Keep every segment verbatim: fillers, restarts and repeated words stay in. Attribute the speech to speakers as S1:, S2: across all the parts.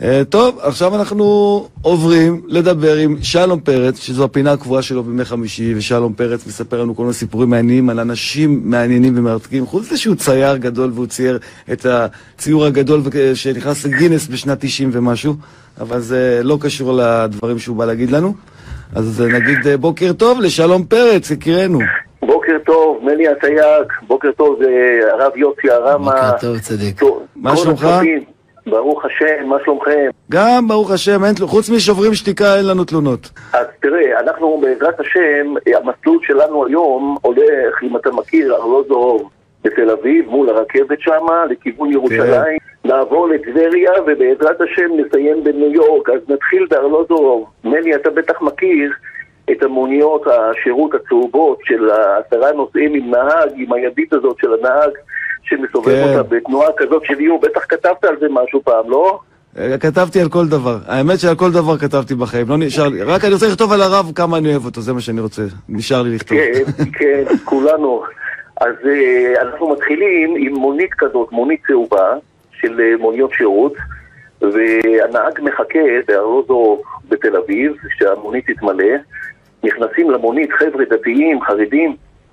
S1: טוב, עכשיו אנחנו עוברים לדבר עם שלום פרץ, שזו הפינה הקבועה שלו בימי חמישי, ושלום פרץ מספר לנו כל מיני סיפורים מעניינים על אנשים מעניינים ומרתקים. חוץ לזה שהוא צייר גדול והוא צייר את הציור הגדול שנכנס לגינס בשנת תשעים ומשהו, אבל זה לא קשור לדברים שהוא בא להגיד לנו. אז נגיד בוקר טוב לשלום פרץ, הכירנו.
S2: בוקר טוב, מני הסייג, בוקר טוב, הרב יוסי הרמה.
S3: בוקר טוב, צדיק.
S1: מה שלומך?
S2: ברוך השם, מה שלומכם?
S1: גם ברוך השם, אין, חוץ משוברים שתיקה אין לנו תלונות.
S2: אז תראה, אנחנו בעזרת השם, המסלול שלנו היום הולך, אם אתה מכיר, ארלוזורוב בתל אביב, מול הרכבת שמה, לכיוון ירושלים, כן. נעבור לטבריה ובעזרת השם נסיים בניו יורק. אז נתחיל בארלוזורוב. מני, אתה בטח מכיר את המוניות השירות הצהובות של עשרה נוסעים עם נהג, עם הידית הזאת של הנהג שמסובב כן. אותה בתנועה כזאת שלי, הוא בטח כתבת על זה משהו פעם, לא?
S1: כתבתי על כל דבר. האמת שעל כל דבר כתבתי בחיים. לא נשאר לי. רק אני רוצה לכתוב על הרב כמה אני אוהב אותו, זה מה שאני רוצה. נשאר לי לכתוב.
S2: כן, כן, כולנו. אז uh, אנחנו מתחילים עם מונית כזאת, מונית צהובה של uh, מוניות שירות, והנהג מחכה בארלוזורוב בתל אביב, שהמונית תתמלא. נכנסים למונית חבר'ה דתיים, חרדים,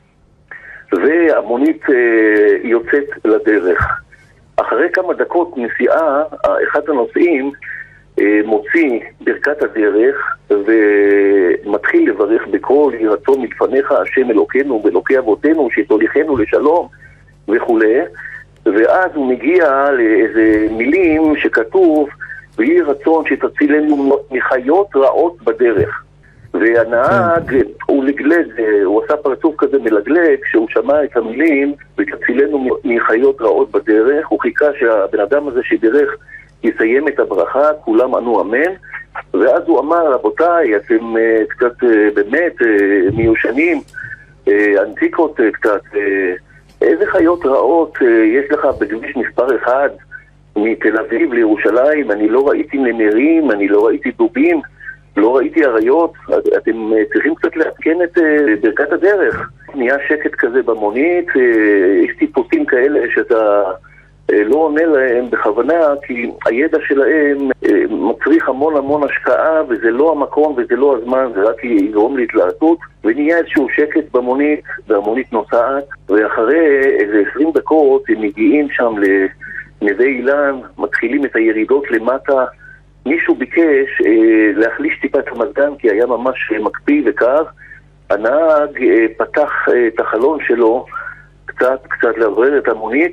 S2: והמונית uh, יוצאת לדרך. אחרי כמה דקות נסיעה, אחד הנוסעים uh, מוציא ברכת הדרך ומתחיל לברך בקול, יהי רצון מלפניך השם אלוקינו ואלוקי אבותינו שתוליכנו לשלום וכו'. ואז הוא מגיע לאיזה מילים שכתוב ויהי רצון שתצילנו מחיות רעות בדרך. והנהג, הוא לגלג, הוא עשה פרצוף כזה מלגלג, שהוא שמע את המילים ותצילנו מחיות רעות בדרך. הוא חיכה שהבן אדם הזה שדרך יסיים את הברכה, כולם ענו אמן. ואז הוא אמר, רבותיי, אתם uh, קצת uh, באמת uh, מיושנים, uh, אנטיקות uh, קצת, uh, איזה חיות רעות uh, יש לך בכביש מספר אחד מתל אביב לירושלים? אני לא ראיתי נמרים, אני לא ראיתי דובים, לא ראיתי עריות. אתם uh, צריכים קצת להתקן את uh, ברכת הדרך. נהיה שקט כזה במונית, uh, יש טיפוסים כאלה שאתה לא עונה להם בכוונה, כי הידע שלהם מצריך המון המון השקעה, וזה לא המקום וזה לא הזמן, זה רק יגרום להתלהטות. ונהיה איזשהו שקט במונית, והמונית נוסעת, ואחרי איזה עשרים דקות הם מגיעים שם לנווה אילן, מתחילים את הירידות למטה. מישהו ביקש אה, להחליש טיפה את המזגן, כי היה ממש מקפיא וקר. הנהג אה, פתח אה, את החלון שלו קצת, קצת לעורר את המונית,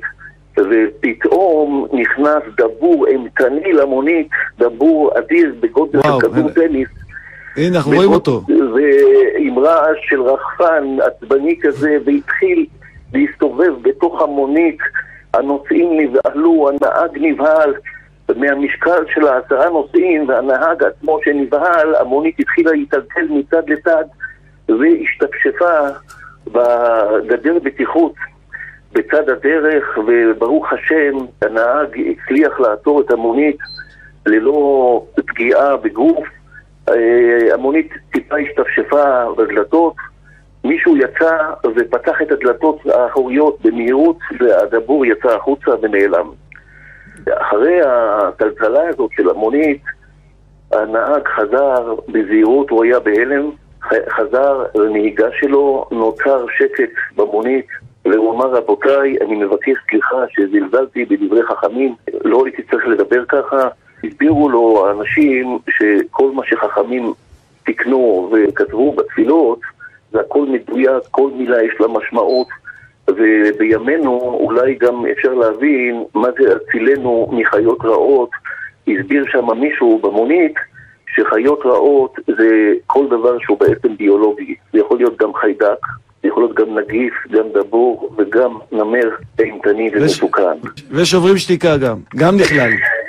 S2: ופתאום נכנס דבור אימתני למונית, דבור אדיר בגודל של כדור טניס.
S1: הנה, אנחנו רואים אותו.
S2: ועם רעש של רחפן עצבני כזה, והתחיל להסתובב בתוך המונית. הנוסעים נבהלו, הנהג נבהל מהמשקל של העשרה נוסעים, והנהג עצמו שנבהל, המונית התחילה להתגלגל מצד לצד, והשתפשפה בגדר בטיחות בצד הדרך, וברוך השם הנהג הצליח לעצור את המונית ללא פגיעה בגוף. המונית טיפה השתפשפה בדלתות, מישהו יצא ופתח את הדלתות האחוריות במהירות, והדבור יצא החוצה ונעלם. אחרי הטלטלה הזאת של המונית, הנהג חזר בזהירות, הוא היה בהלם, חזר לנהיגה שלו, נוצר שקט במונית, והוא אמר, רבותיי, אני מבקש סליחה שזלזלתי בדברי חכמים, לא הייתי צריך לדבר ככה. הסבירו לו האנשים שכל מה שחכמים תקנו וכתבו בתפילות, זה הכל מדויק, כל מילה יש לה משמעות, ובימינו אולי גם אפשר להבין מה זה הצילנו מחיות רעות. הסביר שם מישהו במונית שחיות רעות זה כל דבר שהוא בעצם ביולוגי, זה יכול להיות גם חיידק, זה יכול להיות גם נגיף, גם דבור וגם נמר אימתני ומסוכן.
S1: ושוברים שתיקה גם, גם נכלל.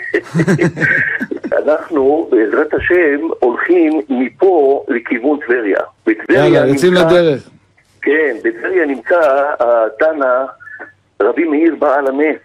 S2: אנחנו בעזרת השם הולכים מפה לכיוון טבריה.
S1: יאללה, יוצאים לדרך.
S2: כן, בטבריה נמצא התנא רבי מאיר בעל הנס.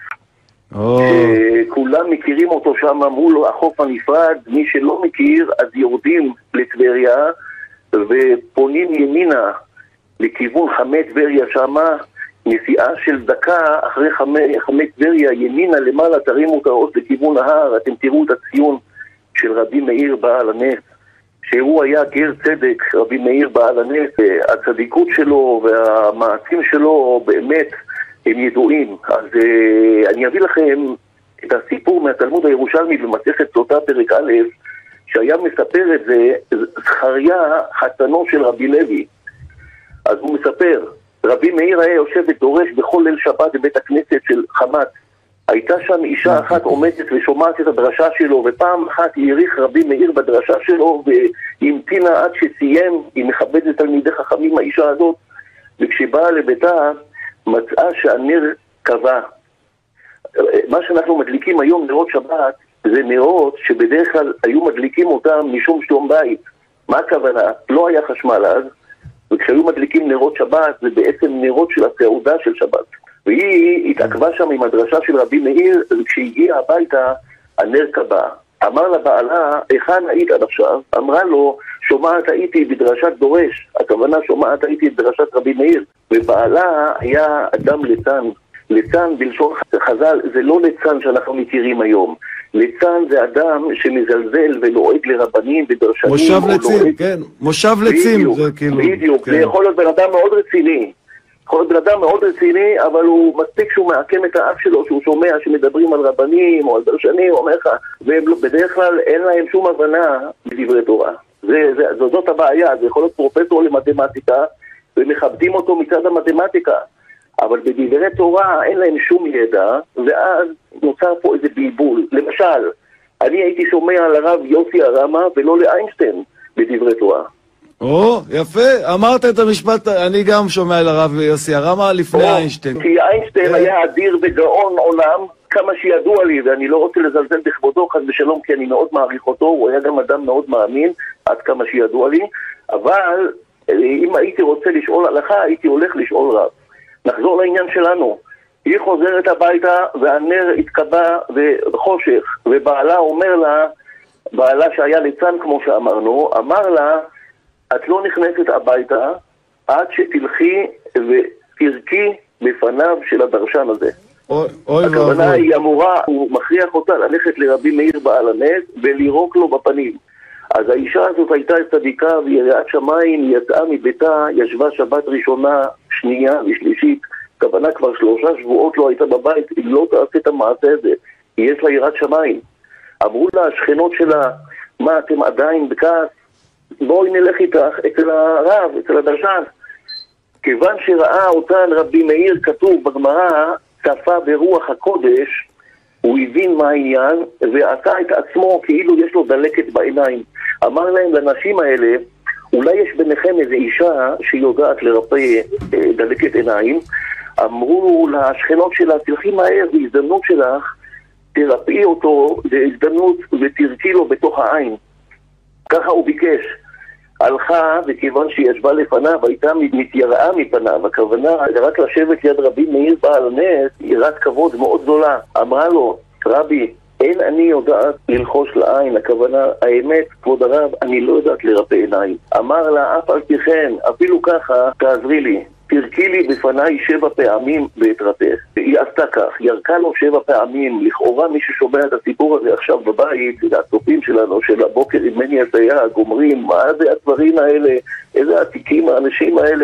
S2: כולם מכירים אותו שם מול החוף הנפרד. מי שלא מכיר אז יורדים לטבריה ופונים ימינה לכיוון חמי טבריה שמה, נסיעה של דקה אחרי חמי, חמי טבריה ימינה למעלה, תרימו את האות לכיוון ההר, אתם תראו את הציון של רבי מאיר בעל הנס, שהוא היה גר צדק, רבי מאיר בעל הנס, הצדיקות שלו והמעשים שלו באמת הם ידועים. אז uh, אני אביא לכם את הסיפור מהתלמוד הירושלמי במסכת סוטה פרק א', שהיה מספר את זה זכריה חתנו של רבי לוי. אז הוא מספר, רבי מאיר היה יושב ודורש בכל ליל שבת בבית הכנסת של חמת. הייתה שם אישה אחת עומדת ושומעת את הדרשה שלו, ופעם אחת העריך רבי מאיר בדרשה שלו והמתינה עד שסיים. היא מכבדת תלמידי חכמים האישה הזאת, וכשבאה לביתה מצאה שהנר קבע. מה שאנחנו מדליקים היום נרות שבת זה נרות שבדרך כלל היו מדליקים אותם משום שלום בית. מה הכוונה? לא היה חשמל אז, וכשהיו מדליקים נרות שבת זה בעצם נרות של הסעודה של שבת. והיא התעכבה שם עם הדרשה של רבי מאיר, וכשהגיעה הביתה הנר קבע. אמר לבעלה, היכן היית עד עכשיו? אמרה לו, שומעת הייתי בדרשת דורש, הכוונה שומעת הייתי בדרשת רבי מאיר. ובעלה היה אדם ליצן. ליצן בלשון חז"ל זה לא ליצן שאנחנו מכירים היום. ליצן זה אדם שמזלזל ולועג לרבנים ודרשנים.
S1: מושב לצים, לועג... כן, מושב לצים זה כאילו...
S2: בדיוק,
S1: כן.
S2: זה יכול להיות בן אדם מאוד רציני. יכול להיות בן אדם מאוד רציני, אבל הוא מספיק שהוא מעקם את האף שלו, שהוא שומע שמדברים על רבנים או על דרשנים, או אומר לך, ובדרך כלל אין להם שום הבנה בדברי תורה. זה, זה, זאת, זאת הבעיה, זה יכול להיות פרופסור למתמטיקה, ומכבדים אותו מצד המתמטיקה. אבל בדברי תורה אין להם שום ידע, ואז נוצר פה איזה בלבול. למשל, אני הייתי שומע על הרב יוסי הרמה ולא לאיינשטיין בדברי תורה.
S1: או, יפה, אמרת את המשפט, אני גם שומע על הרב יוסי הרמה לפני איינשטיין.
S2: כי איינשטיין היה אדיר וגאון עולם, כמה שידוע לי, ואני לא רוצה לזלזל בכבודו חס ושלום, כי אני מאוד מעריך אותו, הוא היה גם אדם מאוד מאמין, עד כמה שידוע לי, אבל אם הייתי רוצה לשאול הלכה, הייתי הולך לשאול רב. נחזור לעניין שלנו. היא חוזרת הביתה והנר התקבע בחושך, ובעלה אומר לה, בעלה שהיה ליצן כמו שאמרנו, אמר לה, את לא נכנסת הביתה עד שתלכי ותרקי בפניו של הדרשן הזה.
S1: אוי, אוי
S2: הכוונה
S1: ואבוי.
S2: היא אמורה, הוא מכריח אותה ללכת לרבי מאיר בעל הנס ולירוק לו בפנים. אז האישה הזאת הייתה צדיקה ויראת שמיים, היא יצאה מביתה, ישבה שבת ראשונה, שנייה ושלישית, כוונה כבר שלושה שבועות לא הייתה בבית, היא לא תעשה את המעשה הזה, יש לה יראת שמיים. אמרו לה השכנות שלה, מה אתם עדיין בכעס? בואי נלך איתך אצל הרב, אצל הדרשן. כיוון שראה אותן רבי מאיר כתוב בגמרא, צפה ברוח הקודש, הוא הבין מה העניין ועשה את עצמו כאילו יש לו דלקת בעיניים. אמר להם לנשים האלה, אולי יש ביניכם איזו אישה שיודעת לרפא דלקת עיניים. אמרו לשכנות שלה, תלכי מהר, בהזדמנות שלך, תרפאי אותו בהזדמנות ותרקי לו בתוך העין. ככה הוא ביקש. הלכה, וכיוון שהיא ישבה לפניו, הייתה מתייראה מפניו, הכוונה רק לשבת ליד רבי מאיר בעל הנס, יראת כבוד מאוד גדולה. אמרה לו, רבי, אין אני יודעת ללחוש לעין, הכוונה, האמת, כבוד הרב, אני לא יודעת לרפא עיניים. אמר לה, אף על פי כן, אפילו ככה, תעזרי לי. תרקי לי בפניי שבע פעמים ואתרפא. היא עשתה כך, ירקה לו שבע פעמים. לכאורה מי ששומע את הסיפור הזה עכשיו בבית, הצופים שלנו של הבוקר עם מני הסייג, אומרים, מה זה הדברים האלה, איזה עתיקים האנשים האלה,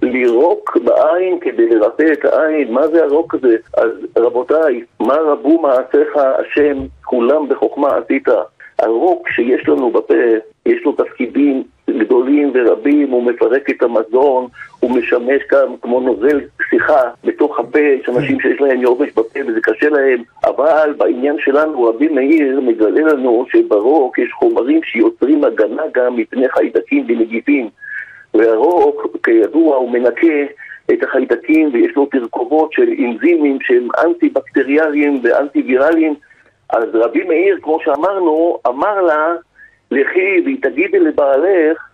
S2: לירוק בעין כדי לרפא את העין, מה זה הרוק הזה? אז רבותיי, מה רבו מעשיך השם, כולם בחוכמה עשית. הרוק שיש לנו בפה, יש לו תפקידים גדולים ורבים, הוא מפרק את המזון, הוא משמש כאן כמו נוזל שיחה בתוך הפה, יש אנשים שיש להם יובש בפה וזה קשה להם, אבל בעניין שלנו רבי מאיר מגלה לנו שברוק יש חומרים שיוצרים הגנה גם מפני חיידקים ונגיפים, והרוק כידוע הוא מנקה את החיידקים ויש לו תרכובות של אנזימים שהם אנטי-בקטריאליים ואנטי-וירליים. אז רבי מאיר, כמו שאמרנו, אמר לה, לכי והיא תגידי לבעלך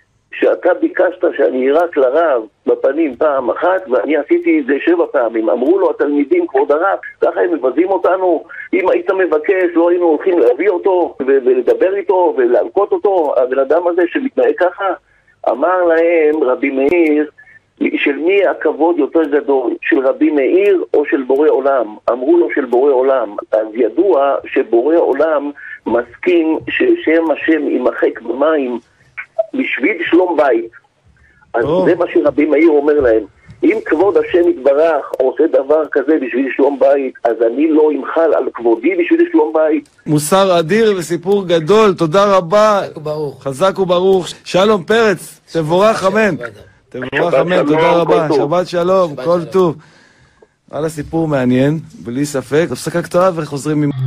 S2: שאתה ביקשת שאני ירק לרב בפנים פעם אחת ואני עשיתי את זה שבע פעמים. אמרו לו התלמידים, כבוד הרב, ככה הם מבזים אותנו, אם היית מבקש לא היינו הולכים להביא אותו ולדבר איתו ולהלקות אותו, הבן אדם הזה שמתנהג ככה. אמר להם רבי מאיר, של מי הכבוד יותר גדול, של רבי מאיר או של בורא עולם? אמרו לו של בורא עולם. אז ידוע שבורא עולם מסכים ששם השם יימחק במים בשביל שלום בית. אז oh. זה מה שרבי מאיר אומר להם. אם כבוד השם יתברך עושה דבר כזה בשביל שלום בית, אז אני לא אמחל על כבודי בשביל שלום בית.
S1: מוסר אדיר וסיפור גדול, תודה רבה.
S3: חזק וברוך.
S1: חזק וברוך. שלום פרץ, תבורך אמן. תבורך אמן, תודה רבה. שבת שלום, כל טוב. על הסיפור מעניין, בלי ספק. הפסקה קצרה וחוזרים עם...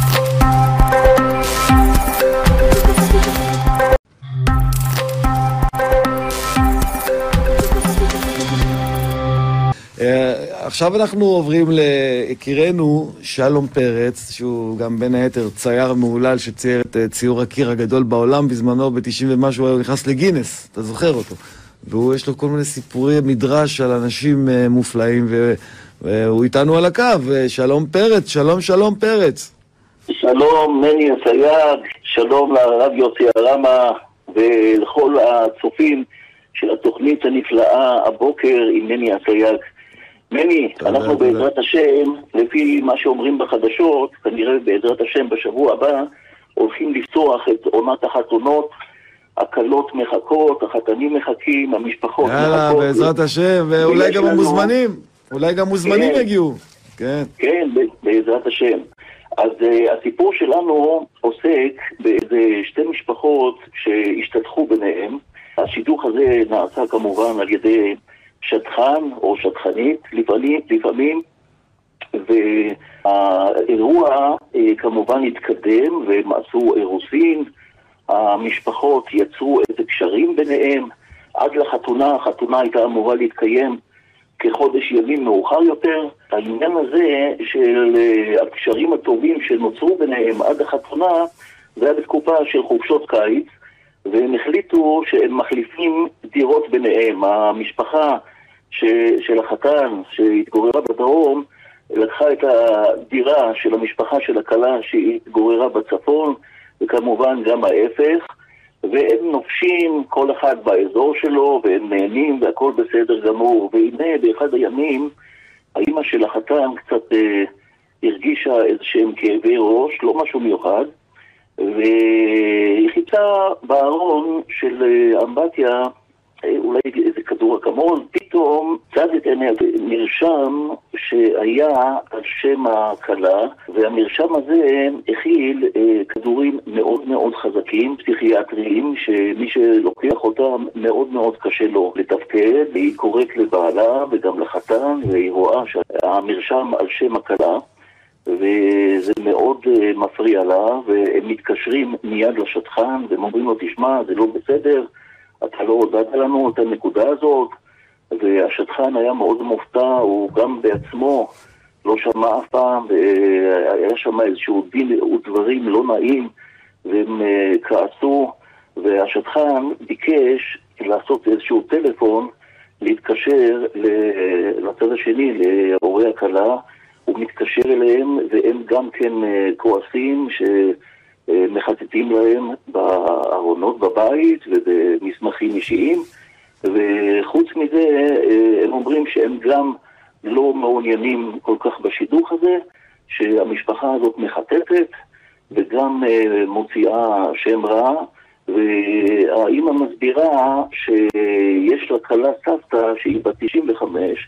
S1: עכשיו אנחנו עוברים ליקירנו שלום פרץ, שהוא גם בין היתר צייר מעולל שצייר את ציור הקיר הגדול בעולם בזמנו ב-תשעים ומשהו, הוא נכנס לגינס, אתה זוכר אותו. והוא יש לו כל מיני סיפורי מדרש על אנשים מופלאים, והוא איתנו על הקו. שלום פרץ, שלום שלום פרץ.
S2: שלום מני הסייג, שלום לרב יוסי הרמה ולכל הצופים של התוכנית הנפלאה הבוקר עם מני הסייג. מני, אנחנו בעזרת השם, לפי מה שאומרים בחדשות, כנראה בעזרת השם בשבוע הבא, הולכים לפתוח את עונת החתונות, הקלות מחכות, החתנים מחכים, המשפחות מחכות.
S1: יאללה, בעזרת השם, ואולי גם המוזמנים, אולי גם מוזמנים יגיעו. כן,
S2: כן, בעזרת השם. אז הסיפור שלנו עוסק באיזה שתי משפחות שהשתתחו ביניהם. השידוך הזה נעשה כמובן על ידי שטחן או שטחנית, לפעמים, לפעמים, והאירוע כמובן התקדם והם עשו אירוסין, המשפחות יצרו איזה קשרים ביניהם, עד לחתונה, החתונה הייתה אמורה להתקיים כחודש ימים מאוחר יותר. העניין הזה של הקשרים הטובים שנוצרו ביניהם עד החתונה, זה היה בתקופה של חופשות קיץ, והם החליטו שהם מחליפים דירות ביניהם. המשפחה ש, של החתן שהתגוררה בדרום לקחה את הדירה של המשפחה של הכלה שהתגוררה בצפון, וכמובן גם ההפך, והם נופשים כל אחד באזור שלו והם נהנים והכל בסדר גמור. והנה באחד הימים האמא של החתן קצת אה, הרגישה איזשהם כאבי ראש, לא משהו מיוחד, והיא חיפשה בארון של אמבטיה אולי איזה כדור אקמול, פתאום צד את עיניה נרשם שהיה על שם הכלה, והמרשם הזה הכיל אה, כדורים מאוד מאוד חזקים, פסיכיאטריים, שמי שלוקח אותם מאוד מאוד קשה לו לתפקד. היא קוראת לבעלה וגם לחתן, והיא רואה שהמרשם על שם הכלה, וזה מאוד uh, מפריע לה, והם מתקשרים מיד לשטחן, והם אומרים לו, תשמע, זה לא בסדר, אתה לא הודעת לנו את הנקודה הזאת. והשטחן היה מאוד מופתע, הוא גם בעצמו לא שמע אף פעם, והיה שם איזשהו דין ודברים לא נעים, והם uh, כעסו, והשטחן ביקש לעשות איזשהו טלפון, להתקשר לצד השני, להורי הכלה. הוא מתקשר אליהם, והם גם כן כועסים שמחטטים להם בארונות בבית ובמסמכים אישיים, וחוץ מזה הם אומרים שהם גם לא מעוניינים כל כך בשידוך הזה, שהמשפחה הזאת מחטטת וגם מוציאה שם רע, והאמא מסבירה שיש לה כלה סבתא שהיא בת תשעים וחמש,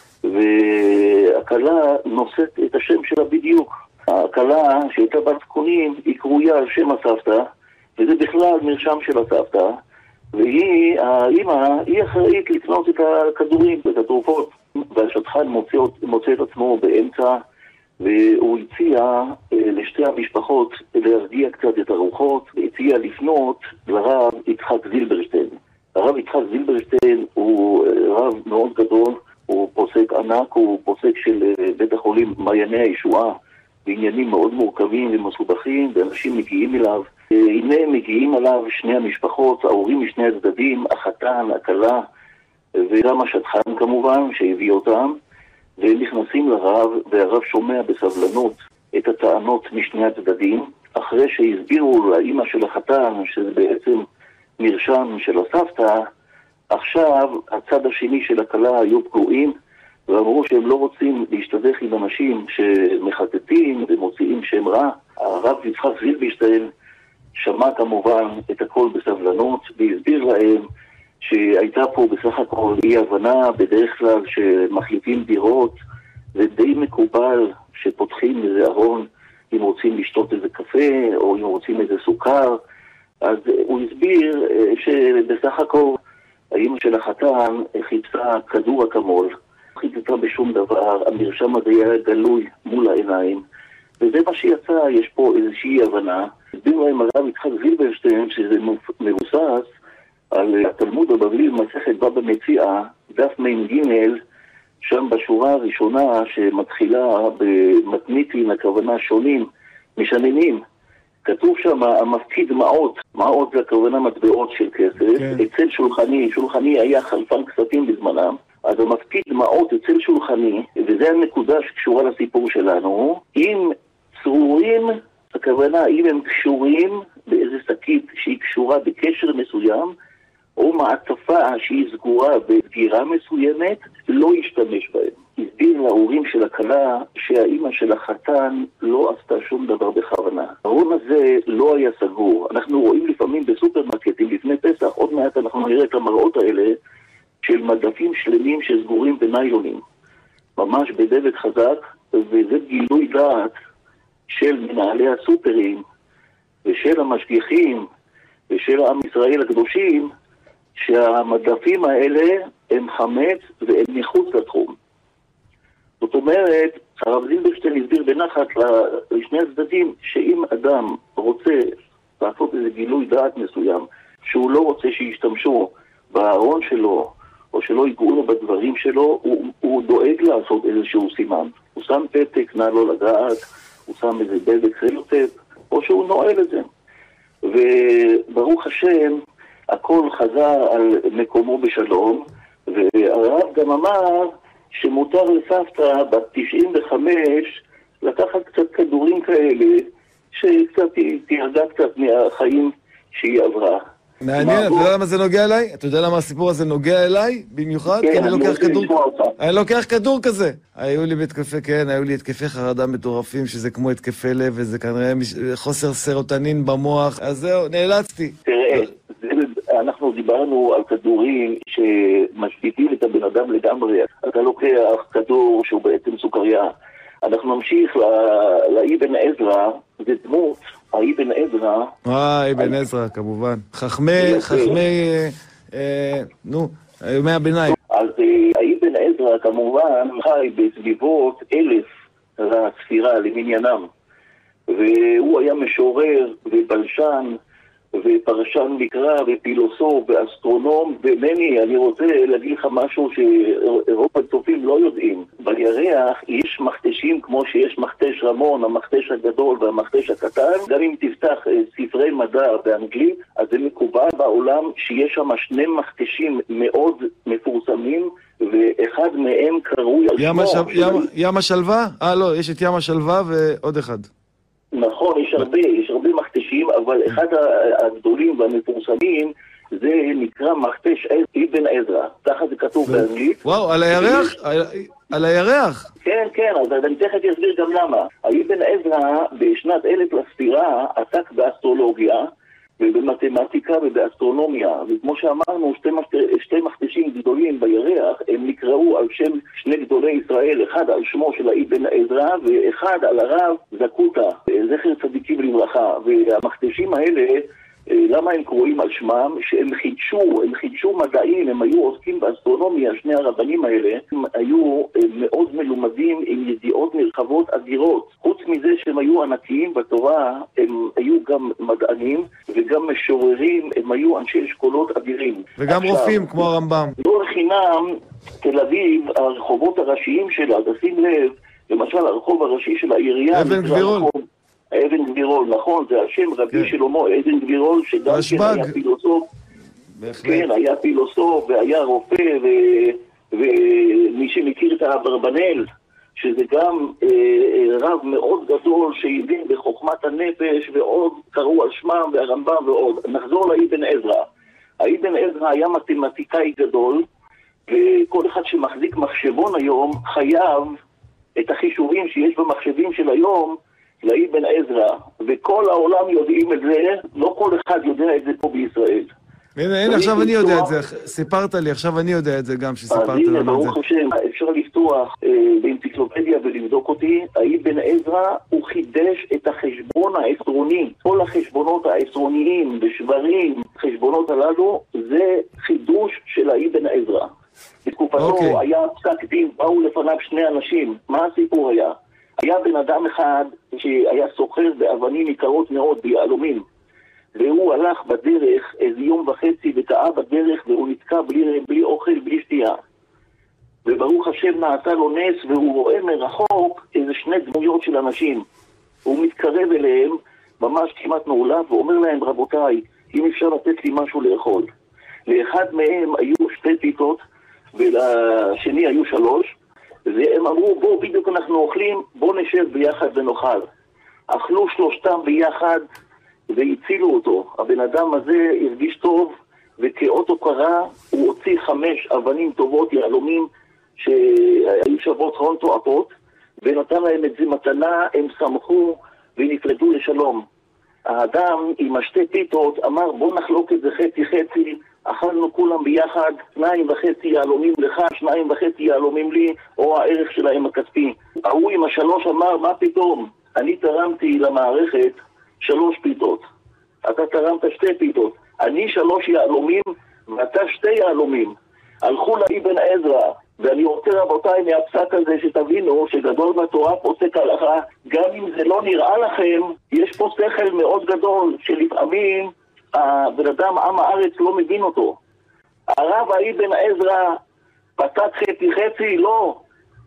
S2: והכלה נושאת את השם שלה בדיוק. הכלה שהייתה בת זקונים היא קרויה על שם הסבתא, וזה בכלל מרשם של הסבתא, והיא, האמא, היא אחראית לקנות את הכדורים ואת התרופות. והשטחן מוצא, מוצא את עצמו באמצע, והוא הציע לשתי המשפחות להרגיע קצת את הרוחות, והציע לפנות לרב יצחק זילברשטיין. הרב יצחק זילברשטיין הוא רב מאוד גדול, הוא פוסק ענק, הוא פוסק של בית החולים מעייני הישועה, בעניינים מאוד מורכבים ומסובכים, ואנשים מגיעים אליו. הנה מגיעים אליו שני המשפחות, ההורים משני הצדדים, החתן, הכלה, וגם השטחן כמובן, שהביא אותם, והם נכנסים לרב, והרב שומע בסבלנות את הטענות משני הצדדים. אחרי שהסבירו לאמא של החתן, שזה בעצם מרשם של הסבתא, עכשיו הצד השני של הכלה היו פגועים, ואמרו שהם לא רוצים להשתדך עם אנשים שמחטטים ומוציאים שם רע. הרב יצחק זילברשטיין שמע כמובן את הכל בסבלנות, והסביר להם שהייתה פה בסך הכל אי הבנה. בדרך כלל שמחליפים דירות זה די מקובל שפותחים איזה ארון אם רוצים לשתות איזה קפה או אם רוצים איזה סוכר. אז הוא הסביר שבסך הכל האמא של החתן חיפשה כדור אקמול, חיפשה בשום דבר, המרשם הזה היה גלוי מול העיניים, וזה מה שיצא. יש פה איזושהי הבנה. הסביר להם הרב יצחק זילברשטיין שזה מבוסס על התלמוד הבבלי במסכת בבא מציעא, דף מ"ג, שם בשורה הראשונה שמתחילה במתניתין, הכוונה שונים, משננים. כתוב שם המפקיד מעות, מעות זה הכוונה מטבעות של כסף, כן. אצל שולחני, שולחני היה חלפן כספים בזמנם, אז המפקיד מעות אצל שולחני, וזה הנקודה שקשורה לסיפור שלנו, אם צרורים, הכוונה אם הם קשורים באיזה שקית שהיא קשורה בקשר מסוים, או מעטפה שהיא סגורה בסגירה מסוימת, לא ישתמש בהם. הסביר להורים של הכלה שהאימא של החתן לא עשתה שום דבר בכוונה. הארון הזה לא היה סגור. אנחנו רואים לפעמים בסופרמרקטים לפני פסח, עוד מעט אנחנו נראה את המראות האלה של מדפים שלמים שסגורים בניילונים. ממש בדבק חזק, וזה גילוי דעת של מנהלי הסופרים ושל המשגיחים ושל עם ישראל הקדושים, שהמדפים האלה הם חמץ והם מחוץ לתחום. זאת אומרת, הרב זילברשטיין הסביר בנחת לשני הצדדים שאם אדם רוצה לעשות איזה גילוי דעת מסוים, שהוא לא רוצה שישתמשו בארון שלו או שלא ייגעו לו בדברים שלו, הוא, הוא דואג לעשות איזשהו סימן. הוא שם פתק, נע לו לגעת, הוא שם איזה דבק סלוטפ, או שהוא נועל את זה. וברוך השם, הכל חזר על מקומו בשלום, והרב גם אמר שמותר לסבתא בת תשעים וחמש לקחת קצת כדורים כאלה, שקצת תירגע קצת מהחיים שהיא עברה.
S1: מעניין, אתה יודע למה זה נוגע אליי? אתה יודע למה הסיפור הזה נוגע אליי במיוחד? כי אני לוקח כדור... אני לוקח כדור כזה. היו לי בהתקפי, כן, היו לי התקפי חרדה מטורפים, שזה כמו התקפי לב, וזה כנראה חוסר סרוטונין במוח, אז זהו, נאלצתי.
S2: תראה, אנחנו דיברנו על כדורים שמשביתים את הבן אדם לגמרי. אתה לוקח כדור שהוא בעצם סוכריה. אנחנו נמשיך לאבן עזרא, זה דמות, האבן עזרא.
S1: אה, אבן עזרא, כמובן. חכמי, חכמי, נו, ימי הביניים.
S2: אז האבן עזרא, כמובן, חי בסביבות אלף לספירה, למניינם. והוא היה משורר ובלשן, ופרשן מקרא ופילוסוף ואסטרונום. ומני, אני רוצה להגיד לך משהו שאירופה הצופים לא יודעים. בירח יש מכתשים כמו שיש מכתש רמון, המכתש הגדול והמכתש הקטן. גם אם תפתח ספרי מדע באנגלית, אז זה מקובל בעולם שיש שם שני מכתשים מאוד מפורסמים, ואחד מהם קרוי על
S1: ים
S2: שמו.
S1: השל... ים... ים השלווה? אה לא, יש את ים השלווה ועוד אחד.
S2: נכון, יש הרבה, יש הרבה מכתשים, אבל אחד הגדולים והמפורסמים זה נקרא מכתש אבן עזרא. ככה זה כתוב באנגלית.
S1: וואו, על הירח? על הירח?
S2: כן, כן, אז אני תכף אסביר גם למה. אבן עזרא בשנת אלף לספירה עסק באסטרולוגיה ובמתמטיקה ובאסטרונומיה, וכמו שאמרנו, שתי, שתי מכתשים גדולים בירח, הם נקראו על שם שני גדולי ישראל, אחד על שמו של אבן עזרא ואחד על הרב זקוטה, זכר צדיקים לברכה. והמכתשים האלה, למה הם קרואים על שמם? שהם חידשו, הם חידשו מדעים, הם היו עוסקים באסטרונומיה, שני הרבנים האלה, הם היו מאוד מלומדים עם ידיעות נרחבות אדירות. חוץ מזה שהם היו ענקיים בתורה, הם היו גם מדענים וגם משוררים, הם היו אנשי אשכולות אדירים.
S1: וגם עכשיו, רופאים כמו הרמב"ם.
S2: לא לחינם, תל אביב, הרחובות הראשיים שלה, תשים לב, למשל הרחוב הראשי של העירייה,
S1: אבן גבירול.
S2: אבן גבירול, נכון, זה השם רבי שלמה, אבן גבירול, שגם כן היה פילוסוף, כן, היה פילוסוף והיה רופא, ומי שמכיר את האברבנאל, שזה גם רב מאוד גדול שהבין בחוכמת הנפש, ועוד קראו על שמם והרמב"ם ועוד. נחזור לאבן עזרא. האבן עזרא היה מתמטיקאי גדול, וכל אחד שמחזיק מחשבון היום חייב את החישובים שיש במחשבים של היום לאבן עזרא, וכל העולם יודעים את זה, לא כל אחד יודע את זה פה בישראל.
S1: הנה, הנה, עכשיו אני יודע את זה, סיפרת לי, עכשיו אני יודע את זה גם, שסיפרת לנו את זה.
S2: אז הנה, ברוך השם, אפשר לפתוח באנציקלופדיה ולבדוק אותי, האבן עזרא הוא חידש את החשבון העשרוני, כל החשבונות העשרוניים ושברים, חשבונות הללו, זה חידוש של האבן עזרא. בתקופתו okay. היה פסק דין, באו לפניו שני אנשים, מה הסיפור היה? היה בן אדם אחד שהיה סוחר באבנים יקרות מאוד, ביהלומים, והוא הלך בדרך איזה יום וחצי וטעה בדרך והוא נתקע בלי, בלי אוכל, בלי שתייה. וברוך השם נעשה לו נס והוא רואה מרחוק איזה שני דמויות של אנשים. הוא מתקרב אליהם, ממש כמעט מעולב, ואומר להם, רבותיי, אם אפשר לתת לי משהו לאכול. לאחד מהם היו שתי פיתות ולשני היו שלוש, והם אמרו, בוא בדיוק אנחנו אוכלים, בוא נשב ביחד ונאכל. אכלו שלושתם ביחד והצילו אותו. הבן אדם הזה הרגיש טוב, וכאות הוקרה הוא הוציא חמש אבנים טובות, יהלומים, שהיו שוות הון תועפות, ונתן להם את זה מתנה, הם שמחו ונפרדו לשלום. האדם עם השתי פיתות אמר, בוא נחלוק את זה חצי חצי, אכלנו כולם ביחד, שניים וחצי יהלומים לך, שניים וחצי יהלומים לי, או הערך שלהם הכספי. ההוא עם השלוש אמר, מה פתאום? אני תרמתי למערכת שלוש פיתות. אתה תרמת שתי פיתות. אני שלוש יהלומים ואתה שתי יהלומים. הלכו לאבן עזרא, ואני רוצה רבותיי מהפסק הזה שתבינו שגדול בתורה פוסק הלכה, גם אם זה לא נראה לכם, יש פה שכל מאוד גדול שלפעמים הבן אדם עם הארץ לא מבין אותו. הרב האבן עזרא פסק חצי חצי? לא.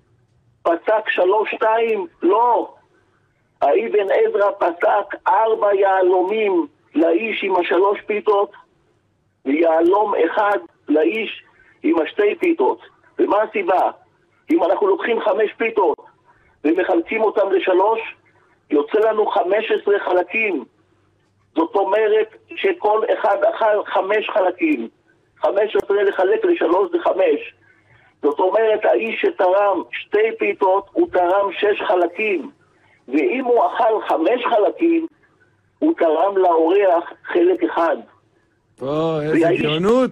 S2: פסק שלוש שתיים? לא. האבן עזרא פסק ארבע יהלומים לאיש עם השלוש פיתות, ויהלום אחד לאיש עם השתי פיתות. ומה הסיבה? אם אנחנו לוקחים חמש פיתות ומחלקים אותם לשלוש, יוצא לנו חמש עשרה חלקים. זאת אומרת שכל אחד אכל חמש חלקים. חמש עשרה לחלק לשלוש זה חמש. זאת אומרת, האיש שתרם שתי פיתות, הוא תרם שש חלקים. ואם הוא אכל חמש חלקים, הוא תרם לאורח חלק אחד.
S1: או, איזה גאונות.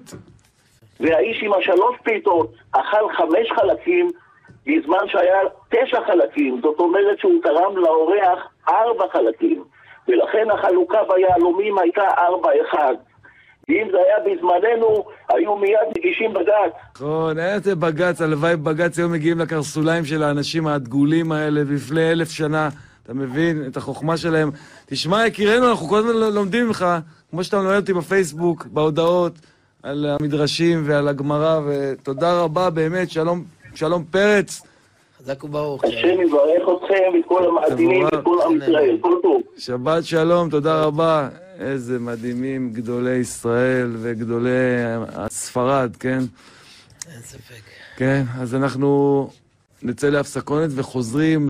S2: והאיש עם השלוש פיתות אכל חמש חלקים, בזמן שהיה תשע חלקים. זאת אומרת שהוא תרם לאורח ארבע חלקים. ולכן החלוקה ביהלומים הייתה ארבע אחד. ואם זה היה בזמננו, היו מיד מגישים בגץ.
S1: נכון, היה זה בגץ, הלוואי בגץ היו מגיעים לקרסוליים של האנשים הדגולים האלה, ולפני אלף שנה, אתה מבין את החוכמה שלהם. תשמע, יקירנו, אנחנו כל הזמן לומדים ממך, כמו שאתה מלמד אותי בפייסבוק, בהודעות, על המדרשים ועל הגמרא, ותודה רבה באמת, שלום, שלום פרץ.
S3: חזק וברוך.
S2: השם יברך אתכם ואת כל המאזינים ואת כל עם ישראל, כל טוב.
S1: שבת שלום, תודה רבה. איזה מדהימים גדולי ישראל וגדולי הספרד, כן?
S3: אין ספק.
S1: כן, אז אנחנו נצא להפסקונת וחוזרים.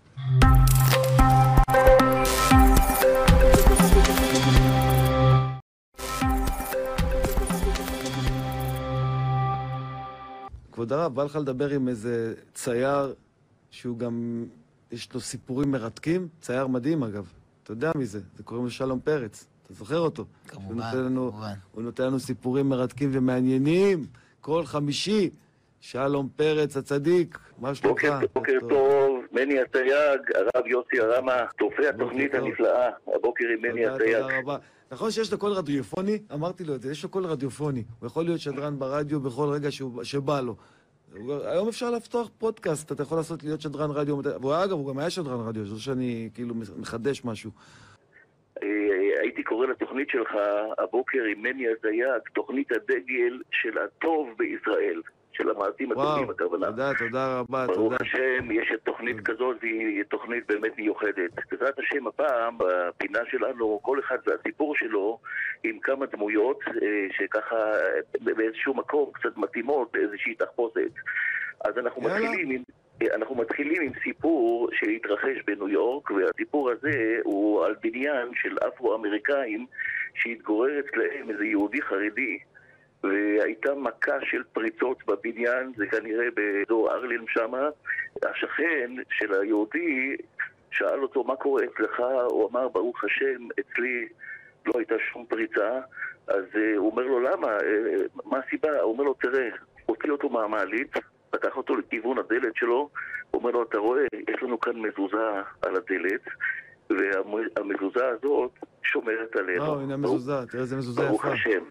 S1: כבוד הרב, בא לך לדבר עם איזה צייר שהוא גם, יש לו סיפורים מרתקים, צייר מדהים אגב, אתה יודע מי זה, זה קוראים לו שלום פרץ, אתה זוכר אותו?
S3: כמובן,
S1: הוא נותן לנו,
S3: כמובן. הוא
S1: נותן לנו סיפורים מרתקים ומעניינים, כל חמישי, שלום פרץ הצדיק, מה שלומך?
S2: בוקר, בוקר טוב, מני הסייג, הרב יוסי הרמה, תופי התוכנית הנפלאה, הבוקר עם מני הסייג.
S1: תודה רבה. נכון שיש לו קול רדיופוני? אמרתי לו את זה, יש לו קול רדיופוני, הוא יכול להיות שדרן ברדיו בכל רגע שהוא, שבא לו. היום אפשר לפתוח פודקאסט, אתה יכול לעשות להיות שדרן רדיו, ואגב, הוא גם היה שדרן רדיו, זה שאני כאילו מחדש משהו.
S2: הייתי קורא לתוכנית שלך הבוקר עם מני הסייג, תוכנית הדגל של הטוב בישראל, של המעשים הטובים, הכוונה.
S1: תודה, תודה רבה, תודה.
S2: ברוך השם, יש תוכנית כזאת, והיא תוכנית באמת מיוחדת. בעזרת השם, הפעם, בפינה שלנו, כל אחד והסיפור שלו, עם כמה דמויות שככה באיזשהו מקום קצת מתאימות, באיזושהי תחפושת. אז אנחנו מתחילים עם... אנחנו מתחילים עם סיפור שהתרחש בניו יורק, והסיפור הזה הוא על בניין של אפרו-אמריקאים שהתגורר אצלהם איזה יהודי חרדי, והייתה מכה של פריצות בבניין, זה כנראה באזור ארלין שמה. השכן של היהודי שאל אותו מה קורה אצלך, הוא אמר ברוך השם אצלי לא הייתה שום פריצה. אז uh, הוא אומר לו למה, uh, מה הסיבה? הוא אומר לו תראה, הוציא אותו מהמעלית, פתח אותו לכיוון הדלת שלו, הוא אומר לו אתה רואה, יש לנו כאן מזוזה על הדלת, והמזוזה הזאת שומרת עלינו.
S1: וואו, הנה המזוזה, תראה איזה מזוזה יפה.
S2: ברוך השם.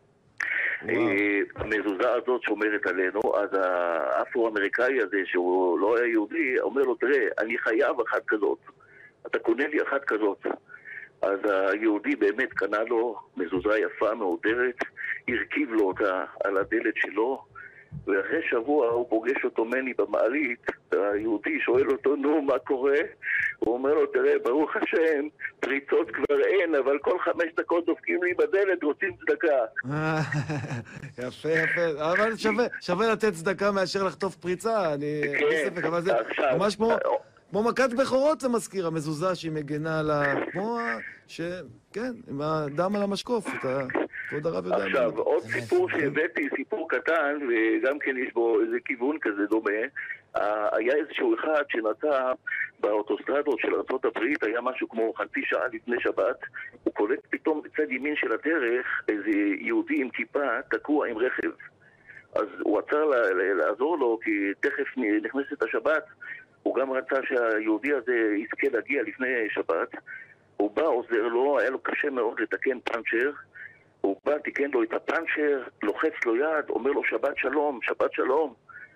S2: המזוזה הזאת שומרת עלינו, אז האפרו-אמריקאי הזה שהוא לא היה יהודי, אומר לו תראה, אני חייב אחת כזאת, אתה קונה לי אחת כזאת. אז היהודי באמת קנה לו מזוזה יפה מעודרת, הרכיב לו אותה על הדלת שלו, ואחרי שבוע הוא פוגש אותו מני במעלית, היהודי שואל אותו נו מה קורה? הוא אומר לו תראה ברוך השם פריצות כבר אין, אבל כל חמש דקות דופקים לי בדלת, רוצים צדקה.
S1: יפה יפה, אבל שווה, שווה לתת צדקה מאשר לחטוף פריצה, אני ספק, אבל זה ממש כמו כמו מכת בכורות זה מזכיר, המזוזה שהיא מגנה על ה... כמו ש... כן, עם הדם על המשקוף, אתה... כבוד הרב יודע.
S2: עכשיו, עוד סיפור שהבאתי, סיפור קטן, וגם כן יש בו איזה כיוון כזה דומה. היה איזשהו אחד שנסע באוטוסטרדות של ארצות הברית, היה משהו כמו חצי שעה לפני שבת, הוא קולט פתאום בצד ימין של הדרך איזה יהודי עם כיפה תקוע עם רכב. אז הוא עצר לעזור לו, כי תכף נכנסת השבת, הוא גם רצה שהיהודי הזה יזכה להגיע לפני שבת. הוא בא, עוזר לו, היה לו קשה מאוד לתקן פאנצ'ר, הוא בא, תיקן לו את הפאנצ'ר, לוחץ לו יד, אומר לו שבת שלום, שבת שלום,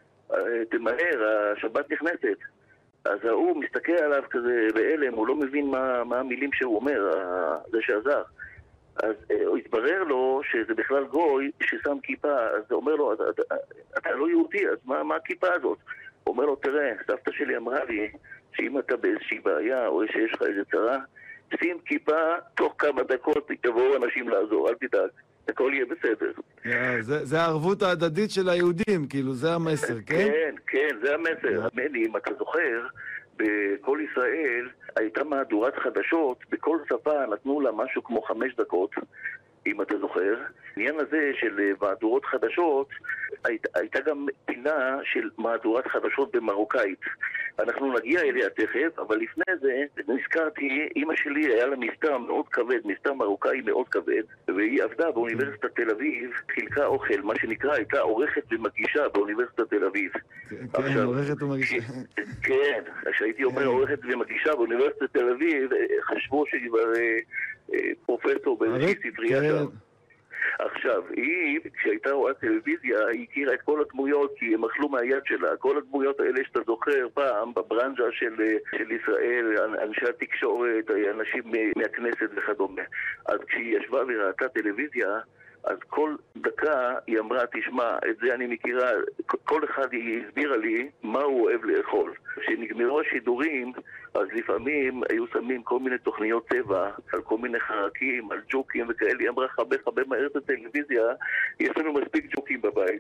S2: תמהר, השבת נכנסת. אז הוא מסתכל עליו כזה בהלם, הוא לא מבין מה, מה המילים שהוא אומר, זה שעזר. אז הוא התברר לו שזה בכלל גוי ששם כיפה, אז הוא אומר לו, אתה, אתה, אתה לא יהודי, אז מה, מה הכיפה הזאת? הוא אומר לו, תראה, סבתא שלי אמרה לי שאם אתה באיזושהי בעיה או שיש לך איזה צרה, שים כיפה, תוך כמה דקות יבואו אנשים לעזור, אל תדאג, הכל יהיה בסדר.
S1: זה הערבות ההדדית של היהודים, כאילו, זה המסר, כן?
S2: כן, כן, זה המסר. מני, אם אתה זוכר, בכל ישראל הייתה מהדורת חדשות, בכל שפה נתנו לה משהו כמו חמש דקות, אם אתה זוכר. העניין הזה של מהדורות חדשות, היית, הייתה גם פינה של מהדורת חדשות במרוקאית. אנחנו נגיע אליה תכף, אבל לפני זה נזכרתי, אמא שלי היה לה מסתר מאוד כבד, מסתר מרוקאי מאוד כבד, והיא עבדה באוניברסיטת תל אביב, חילקה אוכל, מה שנקרא, הייתה עורכת ומגישה באוניברסיטת תל אביב.
S1: כן, עורכת ומגישה.
S2: כן, כשהייתי אומר עורכת ומגישה באוניברסיטת תל אביב, חשבו שהיא כבר פרופסור באיזושהי ספרייה שם. עכשיו, היא, כשהייתה רואה טלוויזיה, היא הכירה את כל הדמויות, כי הם אכלו מהיד שלה. כל הדמויות האלה שאתה זוכר פעם, בברנז'ה של, של ישראל, אנשי התקשורת, אנשים מהכנסת וכדומה. אז כשהיא ישבה וראתה טלוויזיה, אז כל דקה היא אמרה, תשמע, את זה אני מכירה, כל אחד היא הסבירה לי מה הוא אוהב לאכול. כשנגמרו השידורים, אז לפעמים היו שמים כל מיני תוכניות טבע, על כל מיני חרקים, על ג'וקים וכאלה. היא אמרה, חבר חבר מהר את הטלוויזיה, יש לנו מספיק ג'וקים בבית.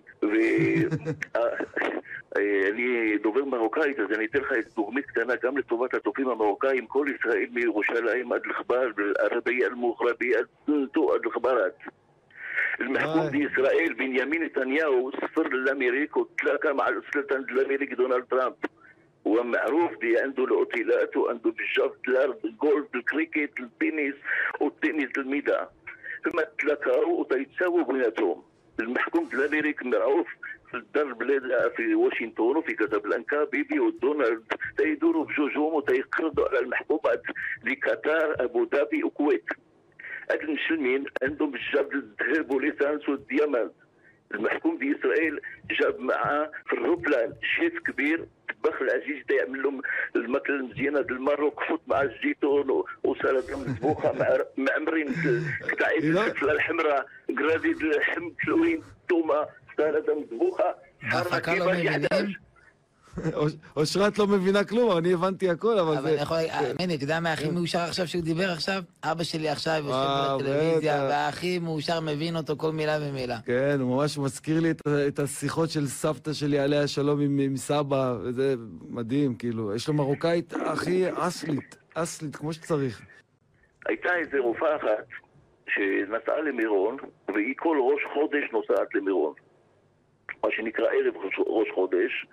S2: ואני דובר מרוקאית, אז אני אתן לך את דוגמית קטנה גם לטובת הטובים המרוקאים. כל ישראל מירושלים עד לחבל, ערבי אל-מוך, רבי עד לחברת. المحكوم دي إسرائيل بنيامين نتنياهو صفر للأمريكا وتلاقى مع السلطان الأمريكي دونالد ترامب. هو معروف دي عنده الأوتيلات وعنده بالجافت الأرض الجولف الكريكت التنس والتنس الميدان. ثم تلاقوا وتيتساووا بيناتهم. المحكوم الأمريكي معروف في الدار البلاد في واشنطن وفي كازابلانكا بيبي ودونالد تيدوروا بجوجهم وتيقرضوا على المحكومات لقطر أبو ظبي وكويت. هاد المسلمين عندهم بالجاب الذهب والليسانس والديامات. المحكوم في اسرائيل جاب معاه في الروبلان شيف كبير طباخ العزيز دا يعمل لهم الماكله المزيانه د الماروك فوت مع الزيتون وسلطه مطبوخه مع معمرين قطعه الفلفله الحمراء قراديد اللحم تلوين تومه سلطه مطبوخه
S3: בהפקה לא מבינים?
S1: אושרת לא מבינה כלום, אני הבנתי הכל, אבל זה...
S3: מני, אתה יודע מה הכי מאושר עכשיו שהוא דיבר עכשיו? אבא שלי עכשיו יושב בטלוויזיה, והכי מאושר מבין אותו כל מילה ומילה.
S1: כן, הוא ממש מזכיר לי את השיחות של סבתא שלי עליה השלום עם סבא, וזה מדהים, כאילו, יש לו מרוקאית הכי אסלית, אסלית, כמו שצריך.
S2: הייתה איזה רופאה אחת, שנסעה למירון, והיא כל ראש חודש נוסעת למירון. מה שנקרא ערב ראש, ראש חודש,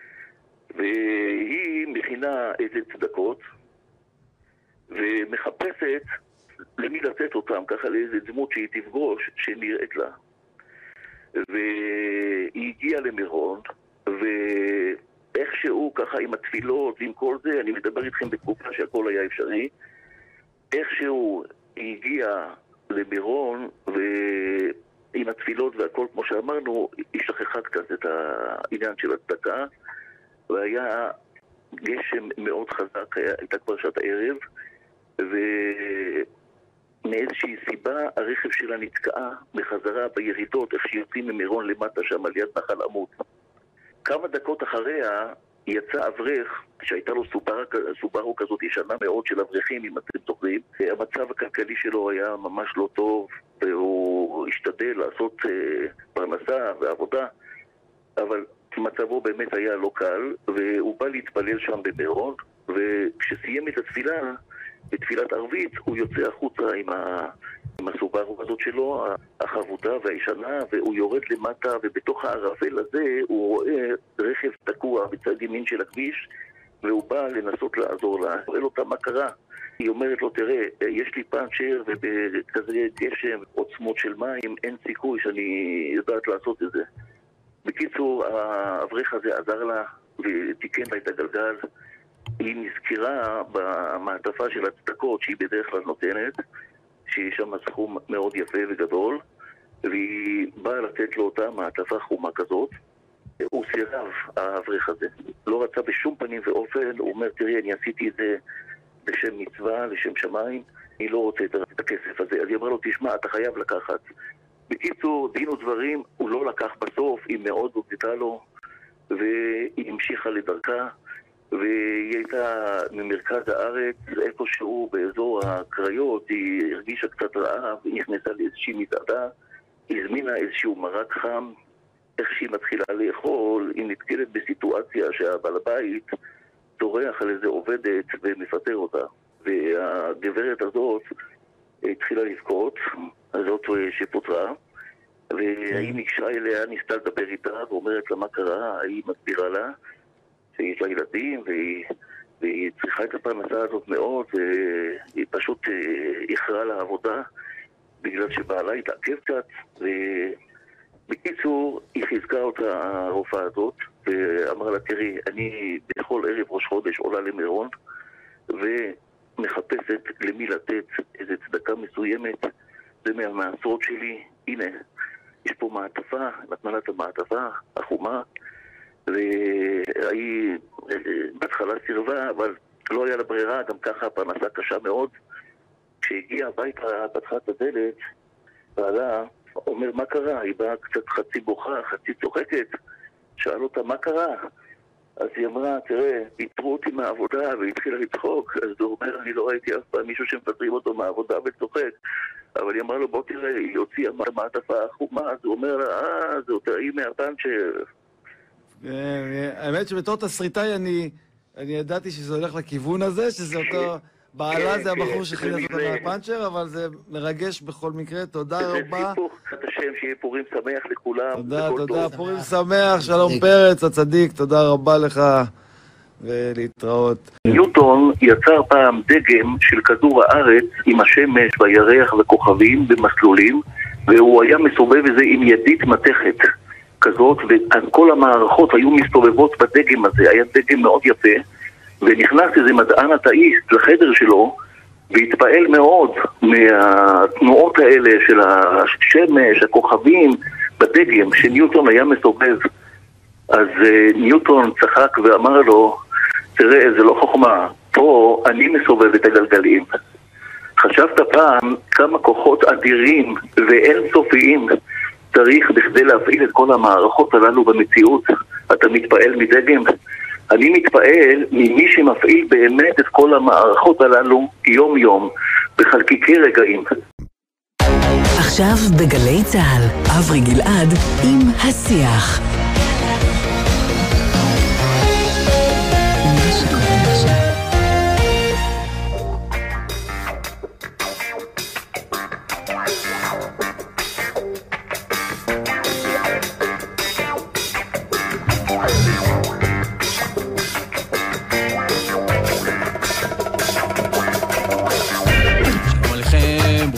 S2: והיא מכינה איזה צדקות, ומחפשת למי לתת אותם, ככה לאיזה דמות שהיא תפגוש, שנראית לה. והיא הגיעה למירון, ואיכשהו ככה עם התפילות, עם כל זה, אני מדבר איתכם בתקופה שהכל היה אפשרי, איכשהו היא הגיעה למירון, ועם התפילות והכל, כמו שאמרנו, היא שכחה קצת את העניין של הצדקה, והיה גשם מאוד חזק, הייתה כבר שעת הערב, ומאיזושהי סיבה הרכב שלה נתקעה בחזרה בירידות, איך שיוצאים ממירון למטה שם על יד נחל עמוד. כמה דקות אחריה יצא אברך שהייתה לו סוברו, סוברו כזאת ישנה מאוד של אברכים, אם אתם זוכרים. המצב הכלכלי שלו היה ממש לא טוב, והוא השתדל לעשות פרנסה ועבודה, אבל מצבו באמת היה לא קל, והוא בא להתפלל שם במירון, וכשסיים את התפילה, בתפילת ערבית, הוא יוצא החוצה עם, ה... עם הסוברו הזאת שלו, החבודה והישנה, והוא יורד למטה, ובתוך הערפל הזה הוא רואה רכב תקוע בצד ימין של הכביש, והוא בא לנסות לעזור לה. הוא רואה לו אותה מה קרה. היא אומרת לו, תראה, יש לי פאנצ'ר, ובכזה גשם, עוצמות של מים, אין סיכוי שאני יודעת לעשות את זה. בקיצור, האברך הזה עזר לה ותיקן לה את הגלגל. היא נזכירה במעטפה של הצדקות שהיא בדרך כלל נותנת, שיש שם סכום מאוד יפה וגדול, והיא באה לתת לו אותה מעטפה חומה כזאת. הוא סירב, האברך הזה. לא רצה בשום פנים ואופן, הוא אומר, תראי, אני עשיתי את זה בשם מצווה, לשם שמיים, אני לא רוצה את הכסף הזה. אז היא אמרה לו, תשמע, אתה חייב לקחת. בקיצור, דין ודברים, הוא לא לקח בסוף, היא מאוד הודתה לו, והיא המשיכה לדרכה, והיא הייתה ממרכז הארץ, איפשהו באזור הקריות, היא הרגישה קצת רעב, היא נכנסה לאיזושהי מסעדה, היא הזמינה איזשהו מרק חם, איך שהיא מתחילה לאכול, היא נתקלת בסיטואציה שהבעל הבית צורח על איזה עובדת ומפטר אותה. והגברת הזאת התחילה לבכות, הזאת שפוטרה, והיא ניגשה אליה, ניסתה לדבר איתה, ואומרת לה מה קרה, היא מסבירה לה שיש לה ילדים, והיא, והיא צריכה את הפרנסה הזאת מאוד, והיא פשוט איחרה לה עבודה, בגלל שבעלה התעכב קצת, ובקיצור, היא חיזקה אותה הרופאה הזאת, ואמרה לה, תראי, אני בכל ערב ראש חודש עולה למירון, ומחפשת למי לתת איזו צדקה מסוימת, זה מהמעשרות שלי, הנה, יש פה מעטפה, נתנה לה את המעטפה, החומה, והיא בהתחלה סירבה, אבל לא היה לה ברירה, גם ככה הפרנסה קשה מאוד. כשהגיעה הביתה, פתחה את הדלת, ועלה, אומר, מה קרה? היא באה קצת חצי בוכה, חצי צוחקת, שאל אותה, מה קרה? אז היא אמרה, תראה, פיטרו אותי מהעבודה, והתחילה לצחוק. אז הוא אומר, אני לא ראיתי אף פעם מישהו שמפטרים אותו מהעבודה וצוחק. אבל היא אמרה לו, בוא תראה, היא הוציאה מעטפה החומה, אז הוא אומר לה, אה, זו היא מהפאנצ'ר.
S1: האמת שבתור תסריטאי אני ידעתי שזה הולך לכיוון הזה, שזה אותו... בעלה זה הבחור שחילץ אותו מהפאנצ'ר, אבל זה מרגש בכל מקרה. תודה רבה.
S2: השם, שיהיה פורים שמח לכולם.
S1: תודה, תודה. פורים שמח, שלום פרץ, הצדיק, תודה רבה לך, ולהתראות.
S2: ניוטון יצר פעם דגם של כדור הארץ עם השמש והירח וכוכבים במסלולים, והוא היה מסובב את זה עם ידית מתכת כזאת, ואז כל המערכות היו מסתובבות בדגם הזה. היה דגם מאוד יפה, ונכנס איזה מדען אתאיסט לחדר שלו, והתפעל מאוד מהתנועות האלה של השמש, הכוכבים, בדגם, שניוטון היה מסובב. אז uh, ניוטון צחק ואמר לו, תראה, זה לא חוכמה, פה אני מסובב את הגלגלים. חשבת פעם כמה כוחות אדירים ואינסופיים צריך בכדי להפעיל את כל המערכות הללו במציאות? אתה מתפעל מדגם? אני מתפעל ממי שמפעיל באמת את כל המערכות הללו יום יום, בחלקיקי רגעים.
S4: עכשיו בגלי צהל, אברי גלעד עם השיח.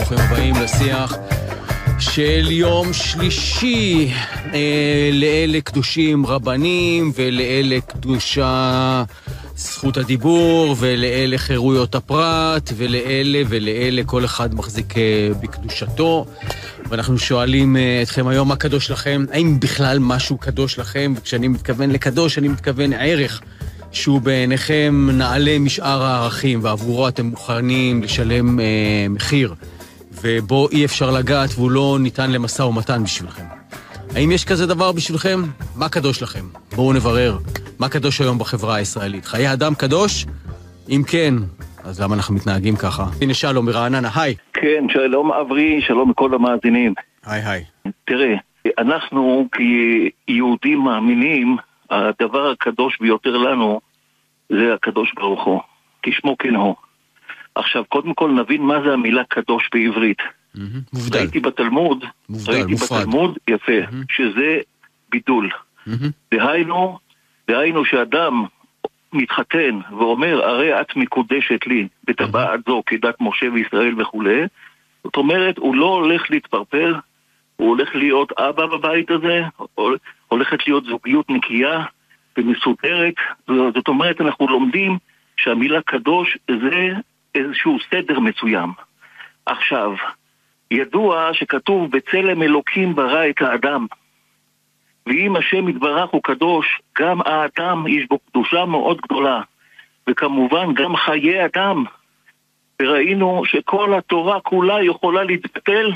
S5: ברוכים הבאים לשיח של יום שלישי, אה, לאלה קדושים רבנים ולאלה קדושה זכות הדיבור ולאלה חירויות הפרט ולאלה ולאלה כל אחד מחזיק אה, בקדושתו. ואנחנו שואלים אה, אתכם היום מה קדוש לכם, האם בכלל משהו קדוש לכם, וכשאני מתכוון לקדוש אני מתכוון ערך שהוא בעיניכם נעלה משאר הערכים ועבורו אתם מוכנים לשלם אה, מחיר ובו אי אפשר לגעת והוא לא ניתן למשא ומתן בשבילכם. האם יש כזה דבר בשבילכם? מה קדוש לכם? בואו נברר. מה קדוש היום בחברה הישראלית? חיי אדם קדוש? אם כן, אז למה אנחנו מתנהגים ככה? הנה שלום מרעננה, היי.
S6: כן, שלום אברי, שלום לכל המאזינים.
S5: היי היי.
S6: תראה, אנחנו כיהודים מאמינים, הדבר הקדוש ביותר לנו זה הקדוש ברוך הוא, כשמו כן הוא. עכשיו, קודם כל נבין מה זה המילה קדוש בעברית.
S5: מובדל.
S6: ראיתי בתלמוד,
S5: מובדל,
S6: ראיתי
S5: מופרד.
S6: בתלמוד, יפה, שזה בידול. דהיינו, דהיינו שאדם מתחתן ואומר, הרי את מקודשת לי בטבעת זו כדת משה וישראל וכו'. זאת אומרת, הוא לא הולך להתפרפר, הוא הולך להיות אבא בבית הזה, הולכת להיות זוגיות נקייה ומסודרת. זאת אומרת, אנחנו לומדים שהמילה קדוש זה איזשהו סדר מסוים. עכשיו, ידוע שכתוב בצלם אלוקים ברא את האדם, ואם השם יתברך הוא קדוש, גם האדם יש בו קדושה מאוד גדולה, וכמובן גם חיי אדם. וראינו שכל התורה כולה יכולה להתבטל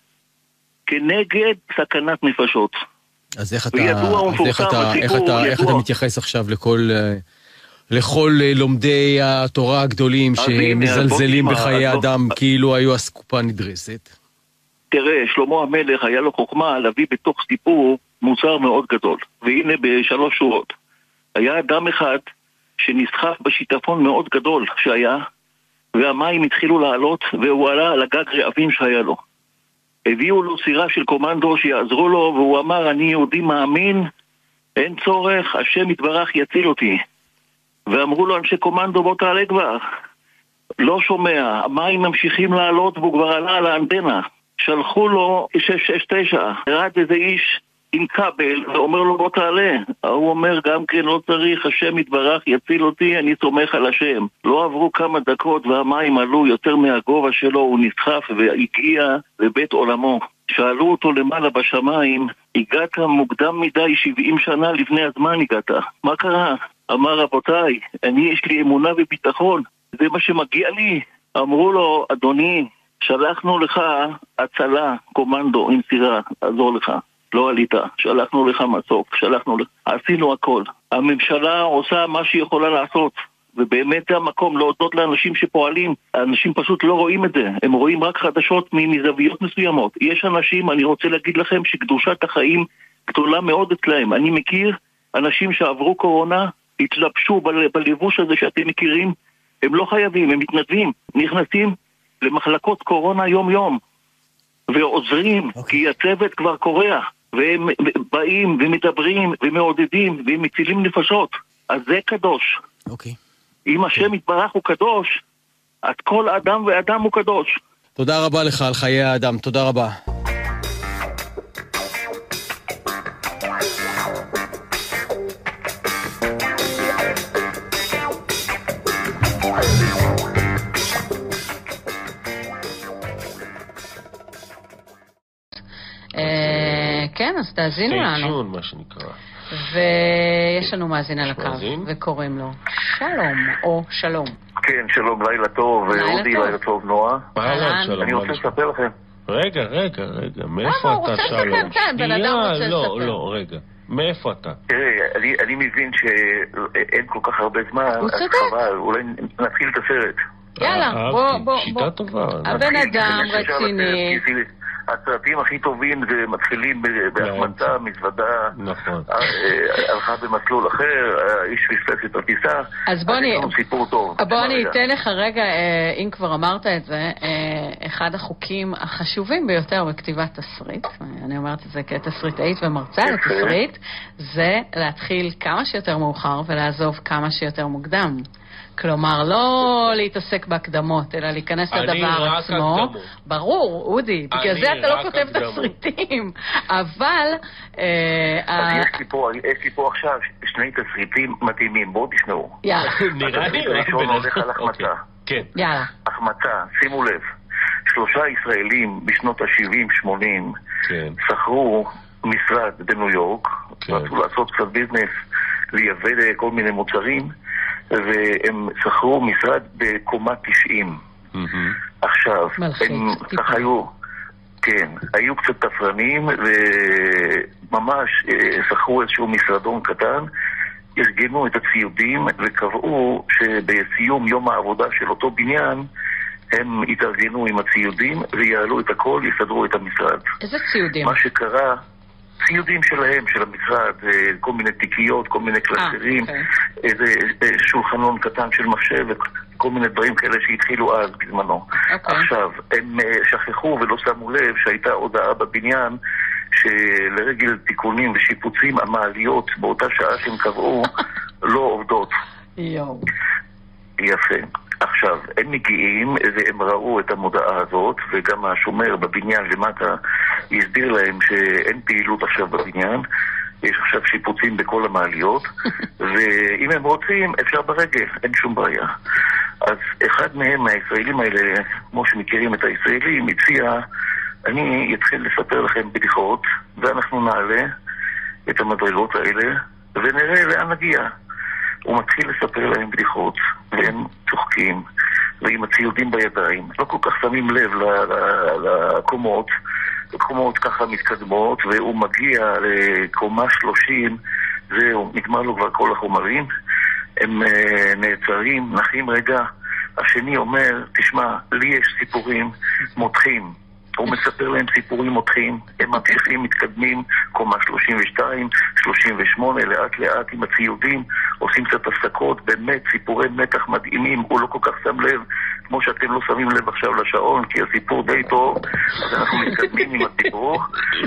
S6: כנגד סכנת נפשות.
S5: אז איך אתה, אז איך אתה, איך אתה, איך אתה מתייחס עכשיו לכל, לכל לומדי התורה הגדולים שמזלזלים בחיי אדם כאילו היו אסקופה נדרסת?
S6: תראה, שלמה המלך היה לו חוכמה להביא בתוך סיפור מוצר מאוד גדול. והנה בשלוש שורות. היה אדם אחד שנסחף בשיטפון מאוד גדול שהיה, והמים התחילו לעלות, והוא עלה על הגג רעבים שהיה לו. הביאו לו סירה של קומנדו שיעזרו לו, והוא אמר, אני יהודי מאמין, אין צורך, השם יתברך יציל אותי. ואמרו לו, אנשי קומנדו, בוא תעלה כבר. לא שומע, המים ממשיכים לעלות, והוא כבר עלה על האנטנה. שלחו לו שש שש תשע, ירד איזה איש עם כבל, ואומר לו בוא תעלה. הוא אומר גם כן לא צריך, השם יתברך יציל אותי, אני סומך על השם. לא עברו כמה דקות והמים עלו יותר מהגובה שלו, הוא נסחף והגיע לבית עולמו. שאלו אותו למעלה בשמיים, הגעת מוקדם מדי, שבעים שנה לפני הזמן הגעת. מה קרה? אמר רבותיי, אני יש לי אמונה וביטחון, זה מה שמגיע לי. אמרו לו, אדוני, שלחנו לך הצלה, קומנדו עם סירה, עזור לך. לא עלית, שלחנו לך מסוק, שלחנו לך, עשינו הכל. הממשלה עושה מה שהיא יכולה לעשות, ובאמת זה המקום להודות לאנשים שפועלים. האנשים פשוט לא רואים את זה, הם רואים רק חדשות מזוויות מסוימות. יש אנשים, אני רוצה להגיד לכם, שקדושת החיים גדולה מאוד אצלהם. אני מכיר אנשים שעברו קורונה, התלבשו בלבוש הזה שאתם מכירים, הם לא חייבים, הם מתנדבים, נכנסים למחלקות קורונה יום יום, ועוזרים, okay. כי הצוות כבר קורא, והם באים ומדברים ומעודדים והם מצילים נפשות. אז זה קדוש.
S5: אוקיי. Okay.
S6: אם השם okay. יתברך הוא קדוש, אז כל אדם ואדם הוא קדוש.
S5: תודה רבה לך על חיי האדם, תודה רבה.
S7: כן, אז תאזינו לנו.
S8: סטייצ'ון, מה שנקרא.
S7: ויש לנו מאזין על הקו, וקוראים לו שלום, או שלום.
S2: כן, שלום, לילה טוב, אודי, לילה טוב, נועה. אני רוצה לספר לכם.
S8: רגע, רגע, רגע, מאיפה אתה שלום? שנייה, לא, לא, רגע. מאיפה אתה?
S2: תראה, אני מבין שאין כל כך הרבה זמן, אז חבל, אולי נתחיל את הסרט.
S7: יאללה, בוא, בוא.
S8: שיטה טובה.
S7: הבן אדם רציני.
S2: הסרטים הכי טובים זה מתחילים בהחמצה, מזוודה, הלכה במסלול אחר, איש פספס את הטיסה,
S7: אז בוא אני אתן לך רגע, אם כבר אמרת את זה, אחד החוקים החשובים ביותר בכתיבת תסריט, אני אומרת את זה כתסריטאית ומרצה לתסריט, זה להתחיל כמה שיותר מאוחר ולעזוב כמה שיותר מוקדם. כלומר, לא להתעסק בהקדמות, אלא להיכנס לדבר עצמו. הקדמות. ברור, אודי, בגלל זה אתה לא כותב תסריטים. אבל...
S2: אז יש לי פה, יש לי פה עכשיו שני תסריטים מתאימים, בואו תשמעו.
S7: יאללה.
S2: נראה לי ראשון הולך על החמצה.
S8: כן.
S7: יאללה.
S2: החמצה, שימו לב. שלושה ישראלים בשנות ה-שבעים שמונים שכרו משרד בניו יורק, רצו לעשות קצת ביזנס, לייבא כל מיני מוצרים, והם שכרו משרד בקומה תשעים. עכשיו, הם ככה היו, כן, היו קצת תפרנים, וממש שכרו איזשהו משרדון קטן, ארגנו את הציודים וקבעו שבסיום יום העבודה של אותו בניין הם התארגנו עם הציודים ויעלו את הכל, יסדרו את המשרד.
S7: איזה ציודים?
S2: מה שקרה, ציודים שלהם, של המשרד, כל מיני תיקיות, כל מיני קלסרים, איזה שולחנון קטן של מחשב וכל מיני דברים כאלה שהתחילו אז בזמנו. עכשיו, הם שכחו ולא שמו לב שהייתה הודעה בבניין שלרגל תיקונים ושיפוצים המעליות באותה שעה שהם קבעו לא עובדות.
S7: יואו.
S2: יפה. עכשיו, הם מגיעים והם ראו את המודעה הזאת, וגם השומר בבניין למטה הסביר להם שאין פעילות עכשיו בבניין, יש עכשיו שיפוצים בכל המעליות, ואם הם רוצים אפשר ברגל, אין שום בעיה. אז אחד מהם, מהישראלים האלה, כמו שמכירים את הישראלים, הציע, אני אתחיל לספר לכם בדיחות, ואנחנו נעלה את המדרגות האלה, ונראה לאן נגיע. הוא מתחיל לספר להם בדיחות, והם צוחקים, ועם הציודים בידיים. לא כל כך שמים לב לקומות, קומות ככה מתקדמות, והוא מגיע לקומה שלושים, זהו, נגמר לו כבר כל החומרים. הם נעצרים, נחים רגע. השני אומר, תשמע, לי יש סיפורים מותחים. הוא מספר להם סיפורים מותחים, הם ממשיכים, מתקדמים, קומה שלושים ושתיים, שלושים ושמונה, לאט לאט עם הציודים, עושים קצת הפסקות, באמת סיפורי מתח מדהימים, הוא לא כל כך שם לב, כמו שאתם לא שמים לב עכשיו לשעון, כי הסיפור די טוב, אז אנחנו מתקדמים עם הסיפור,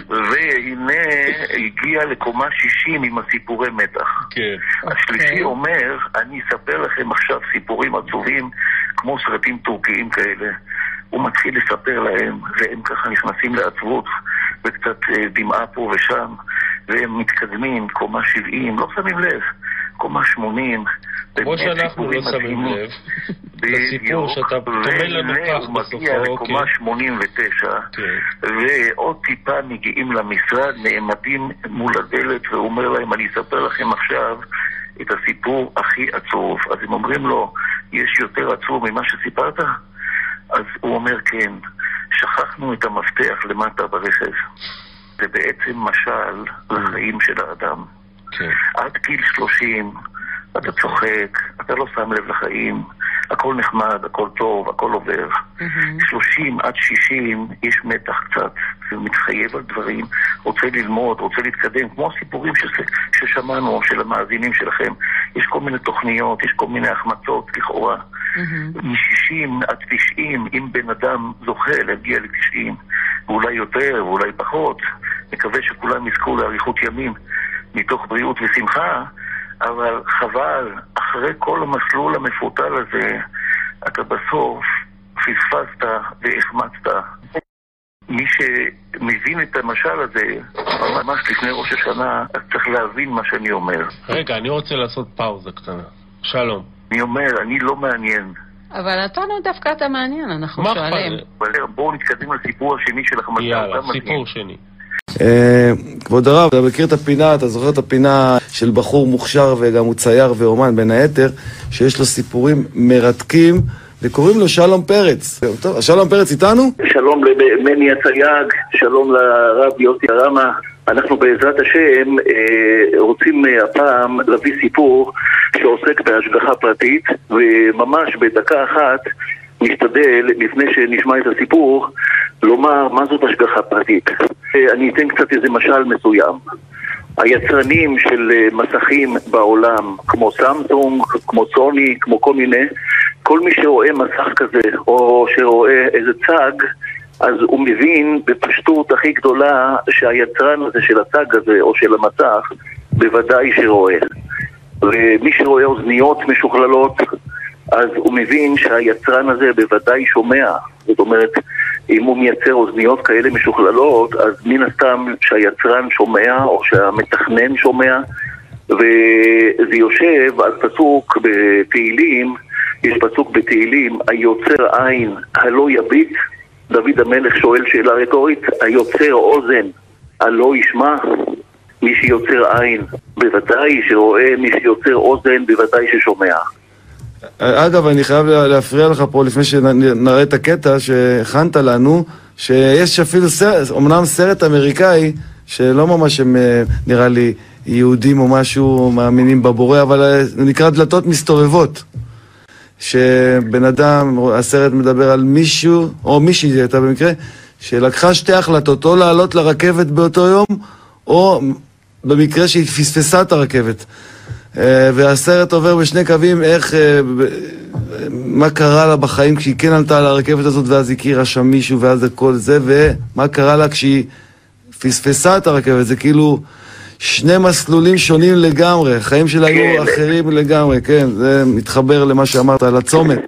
S2: והנה הגיע לקומה שישים עם הסיפורי מתח. השלישי אומר, אני אספר לכם עכשיו סיפורים עצובים, כמו סרטים טורקיים כאלה. הוא מתחיל לספר להם, והם ככה נכנסים לעצבות, וקצת דמעה פה ושם, והם מתקדמים, קומה שבעים, לא שמים לב, קומה שמונים.
S8: כמו שאנחנו לא שמים לב, לסיפור שאתה תומן לנו כך בסופו.
S2: הוא מגיע לקומה שמונים ותשע, ועוד טיפה מגיעים למשרד, נעמדים מול הדלת, והוא אומר להם, אני אספר לכם עכשיו את הסיפור הכי עצוב. אז הם אומרים לו, יש יותר עצוב ממה שסיפרת? אז הוא אומר כן, שכחנו את המפתח למטה ברכב. זה בעצם משל לחיים של האדם. כן. עד גיל שלושים אתה צוחק, אתה לא שם לב לחיים, הכל נחמד, הכל טוב, הכל עובר. Mm-hmm. שלושים עד שישים יש מתח קצת, ומתחייב על דברים, רוצה ללמוד, רוצה להתקדם, כמו הסיפורים ש... ששמענו של המאזינים שלכם. יש כל מיני תוכניות, יש כל מיני החמצות לכאורה. Mm-hmm. מ-שישים עד תשעים, אם בן אדם זוכה להגיע ל-תשעים, ואולי יותר ואולי פחות, מקווה שכולם יזכו לאריכות ימים מתוך בריאות ושמחה, אבל חבל, אחרי כל המסלול המפותל הזה, אתה בסוף פספסת והחמצת. מי שמבין את המשל הזה, ממש לפני ראש השנה, אז צריך להבין מה שאני אומר.
S8: רגע, אני רוצה לעשות פאוזה קטנה. שלום.
S2: אני אומר, אני לא מעניין.
S7: אבל אותנו דווקא אתה מעניין, אנחנו שואלים.
S2: בואו נתקדם לסיפור השני של החמצה.
S8: יאללה, סיפור שני.
S1: כבוד הרב, אתה מכיר את הפינה, אתה זוכר את הפינה של בחור מוכשר וגם הוא צייר ואומן בין היתר, שיש לו סיפורים מרתקים וקוראים לו שלום פרץ. טוב, שלום פרץ איתנו?
S2: שלום למני הצייג, שלום לרב יוסי הרמה. אנחנו בעזרת השם רוצים הפעם להביא סיפור שעוסק בהשגחה פרטית, וממש בדקה אחת נשתדל, לפני שנשמע את הסיפור, לומר מה זאת השגחה פרטית. אני אתן קצת איזה משל מסוים. היצרנים של מסכים בעולם, כמו סמסונג, כמו סוני, כמו כל מיני, כל מי שרואה מסך כזה, או שרואה איזה צג, אז הוא מבין בפשטות הכי גדולה שהיצרן הזה של הצג הזה, או של המסך, בוודאי שרואה. ומי שרואה אוזניות משוכללות, אז הוא מבין שהיצרן הזה בוודאי שומע. זאת אומרת, אם הוא מייצר אוזניות כאלה משוכללות, אז מן הסתם שהיצרן שומע או שהמתכנן שומע, וזה יושב על פסוק בתהילים. יש פסוק בתהילים, היוצר עין הלא יביט. דוד המלך שואל שאלה רטורית, היוצר אוזן הלא ישמע. מי שיוצר עין בוודאי שרואה, מי שיוצר אוזן בוודאי ששומע.
S1: אגב, אני חייב להפריע לך פה לפני שנראה את הקטע שהכנת לנו, שיש אפילו סרט, אמנם סרט אמריקאי שלא ממש הם נראה לי יהודים או משהו מאמינים בבורא, אבל נקרא דלתות מסתובבות, שבן אדם, הסרט מדבר על מישהו או מישהי זה הייתה במקרה שלקחה שתי החלטות, או לעלות לרכבת באותו יום או במקרה שהיא פספסה את הרכבת, והסרט עובר בשני קווים איך, מה קרה לה בחיים כשהיא כן עלתה על הרכבת הזאת ואז הכירה שם מישהו ואז כל זה, ומה קרה לה כשהיא פספסה את הרכבת. זה כאילו שני מסלולים שונים לגמרי, החיים שלה היו אחרים לגמרי. כן, זה מתחבר למה שאמרת על הצומת.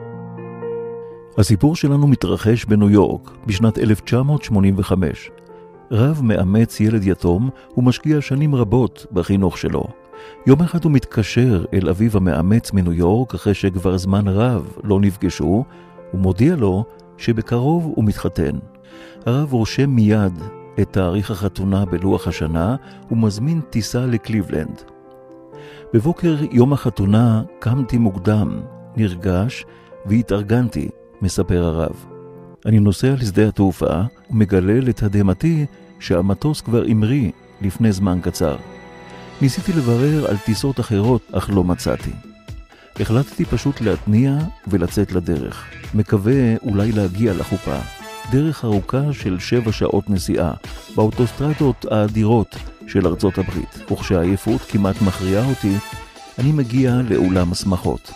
S9: הסיפור שלנו מתרחש בניו יורק בשנת אלף תשע מאות שמונים וחמש. רב מאמץ ילד יתום ומשקיע שנים רבות בחינוך שלו. יום אחד הוא מתקשר אל אביו המאמץ מניו יורק אחרי שכבר זמן רב לא נפגשו, ומודיע לו שבקרוב הוא מתחתן. הרב רושם מיד את תאריך החתונה בלוח השנה ומזמין טיסה לקליבלנד. בבוקר יום החתונה קמתי מוקדם, נרגש והתארגנתי, מספר הרב. אני נוסע לשדה התעופה ומגלה לתדהמתי שהמטוס כבר אמרי לפני זמן קצר. ניסיתי לברר על טיסות אחרות, אך לא מצאתי. החלטתי פשוט להתניע ולצאת לדרך. מקווה אולי להגיע לחופה. דרך ארוכה של שבע שעות נסיעה, באוטוסטרדות האדירות של ארצות הברית. וכשהעייפות כמעט מכריעה אותי, אני מגיע לאולם השמחות.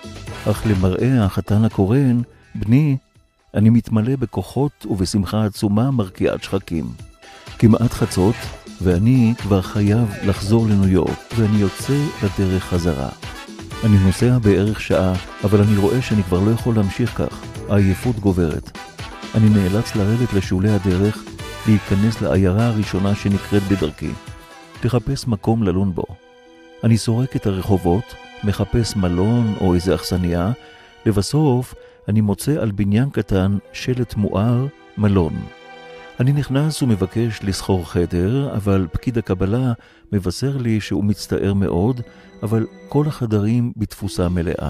S9: אך למראה החתן הקורן, בני, אני מתמלא בכוחות ובשמחה עצומה מרקיעת שחקים. כמעט חצות, ואני כבר חייב לחזור לניו יורק, ואני יוצא לדרך חזרה. אני נוסע בערך שעה, אבל אני רואה שאני כבר לא יכול להמשיך כך. העייפות גוברת. אני נאלץ לרדת לשולי הדרך, להיכנס לעיירה הראשונה שנקראת בדרכי. לחפש מקום ללון בו. אני סורק את הרחובות, מחפש מלון או איזה אכסניה, לבסוף אני מוצא על בניין קטן שלט מואר, מלון. אני נכנס ומבקש לסחור חדר, אבל פקיד הקבלה מבשר לי שהוא מצטער מאוד, אבל כל החדרים בתפוסה מלאה.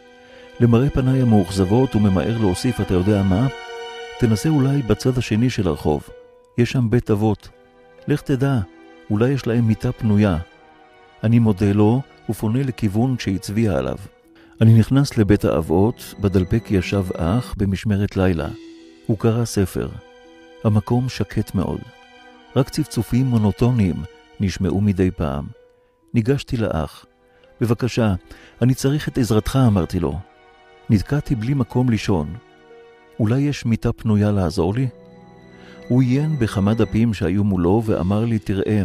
S9: למראה פניי המאוכזבות וממהר להוסיף, אתה יודע מה? תנסה אולי בצד השני של הרחוב. יש שם בית אבות. לך תדע, אולי יש להם מיטה פנויה. אני מודה לו ופונה לכיוון שהצביע עליו. אני נכנס לבית האבות, בדלפק ישב אח במשמרת לילה. הוא קרא ספר. המקום שקט מאוד. רק צפצופים מונוטוניים נשמעו מדי פעם. ניגשתי לאח. בבקשה, אני צריך את עזרתך, אמרתי לו. נתקעתי בלי מקום לישון. אולי יש מיטה פנויה לעזור לי? הוא עיין בכמה דפים שהיו מולו ואמר לי, תראה,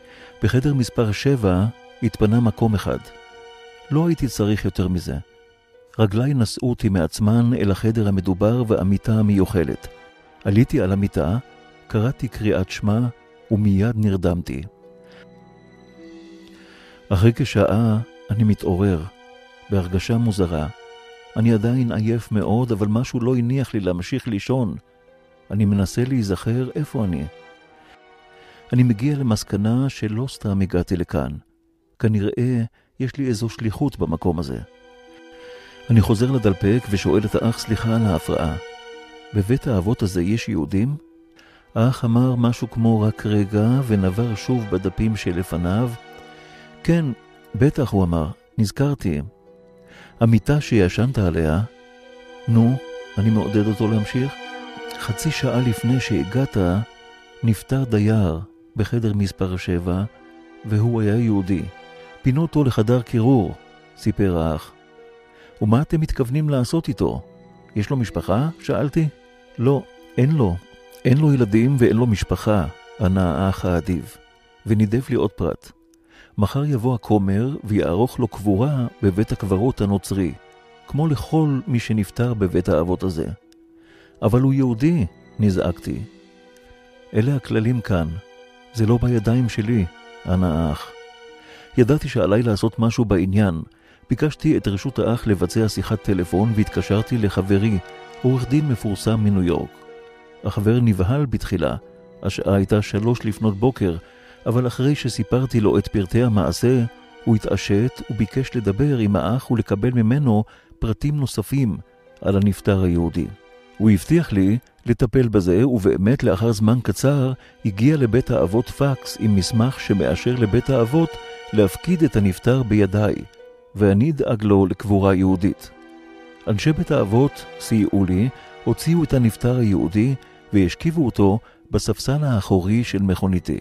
S9: בחדר מספר שבע התפנה מקום אחד. לא הייתי צריך יותר מזה. רגליי נשאו אותי מעצמן אל החדר המדובר והמיטה המיוחלת. עליתי על המיטה, קראתי קריאת שמה ומיד נרדמתי. אחרי כשעה אני מתעורר, בהרגשה מוזרה. אני עדיין עייף מאוד, אבל משהו לא הניח לי להמשיך לישון. אני מנסה להיזכר איפה אני. אני מגיע למסקנה שלא סתם הגעתי לכאן. כנראה יש לי איזו שליחות במקום הזה. אני חוזר לדלפק ושואל את האח סליחה על ההפרעה. בבית האבות הזה יש יהודים? האח אמר משהו כמו רק רגע ונבר שוב בדפים שלפניו. כן, בטח, הוא אמר, נזכרתי. המיטה שישנת עליה, נו, אני מעודד אותו להמשיך. חצי שעה לפני שהגעת, נפטר דייר בחדר מספר שבע, והוא היה יהודי. פינו אותו לחדר קירור, סיפר האח. ומה אתם מתכוונים לעשות איתו? יש לו משפחה? שאלתי. לא, אין לו. אין לו ילדים ואין לו משפחה, ענה האח האדיב. ונידף לי עוד פרט. מחר יבוא הכומר ויערוך לו קבורה בבית הקברות הנוצרי. כמו לכל מי שנפטר בבית האבות הזה. אבל הוא יהודי, נזעקתי. אלה הכללים כאן. זה לא בידיים שלי, אנא האח. ידעתי שעליי לעשות משהו בעניין. ביקשתי את רשות האח לבצע שיחת טלפון והתקשרתי לחברי, עורך דין מפורסם מניו יורק. החבר נבהל בתחילה. השעה הייתה שלוש לפנות בוקר, אבל אחרי שסיפרתי לו את פרטי המעשה, הוא התעשת וביקש לדבר עם האח ולקבל ממנו פרטים נוספים על הנפטר היהודי. הוא הבטיח לי לטפל בזה, ובאמת לאחר זמן קצר הגיע לבית האבות פקס עם מסמך שמאשר לבית האבות להפקיד את הנפטר בידיי, ואני אדאג לו לקבורה יהודית. אנשי בית האבות סייעו לי, הוציאו את הנפטר היהודי והשכיבו אותו בספסל האחורי של מכוניתי.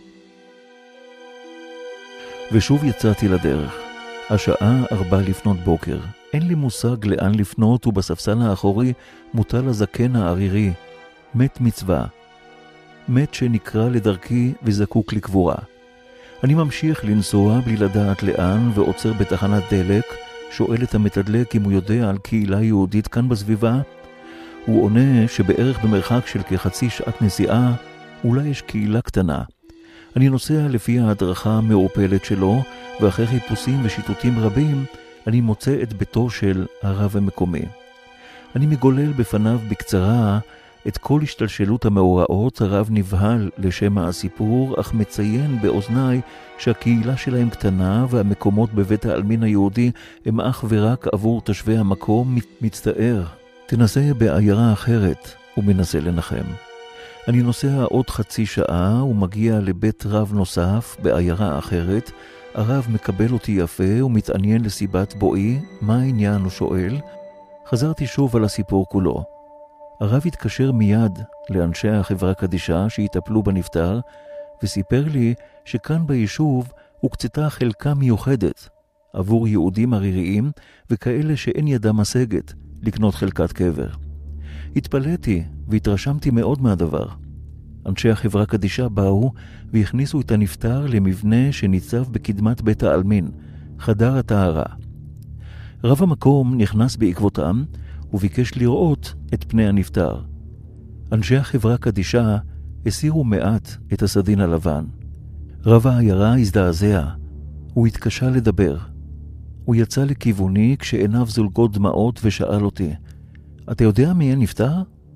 S9: ושוב יצאתי לדרך. השעה ארבע לפנות בוקר. אין לי מושג לאן לפנות, ובספסל האחורי מוטל הזקן הערירי, מת מצווה. מת שנקרא לדרכי וזקוק לקבורה. אני ממשיך לנסוע בלי לדעת לאן ועוצר בתחנת דלק, שואל את המתדלק אם הוא יודע על קהילה יהודית כאן בסביבה. הוא עונה שבערך במרחק של כחצי שעת נסיעה אולי יש קהילה קטנה. אני נוסע לפי ההדרכה המעופלת שלו, ואחרי חיפושים ושיטוטים רבים אני מוצא את ביתו של הרב המקומי. אני מגולל בפניו בקצרה את כל השתלשלות המאורעות. הרב נבהל לשם הסיפור, אך מציין באוזניי שהקהילה שלהם קטנה והמקומות בבית העלמין היהודי הם אך ורק עבור תושבי המקום. מצטער, תנסה בעיירה אחרת, ומנסה לנחם. אני נוסע עוד חצי שעה ומגיע לבית רב נוסף בעיירה אחרת. הרב מקבל אותי יפה ומתעניין לסיבת בואי. מה העניין? הוא שואל. חזרתי שוב על הסיפור כולו. הרב התקשר מיד לאנשי החברה קדישה שהטפלו בנפטר, וסיפר לי שכאן ביישוב הוקצתה חלקה מיוחדת עבור יהודים עריריים וכאלה שאין ידם משגת לקנות חלקת קבר. התפלאתי והתרשמתי מאוד מהדבר. אנשי החברה קדישה באו והכניסו את הנפטר למבנה שניצב בקדמת בית העלמין, חדר הטהרה. רב המקום נכנס בעקבותם וביקש לראות את פני הנפטר. אנשי החברה קדישה הסירו מעט את הסדין הלבן. רב העיירה הזדעזע. הוא התקשה לדבר. הוא יצא לכיווני כשעיניו זולגות דמעות ושאל אותי, אתה יודע מי נפטר?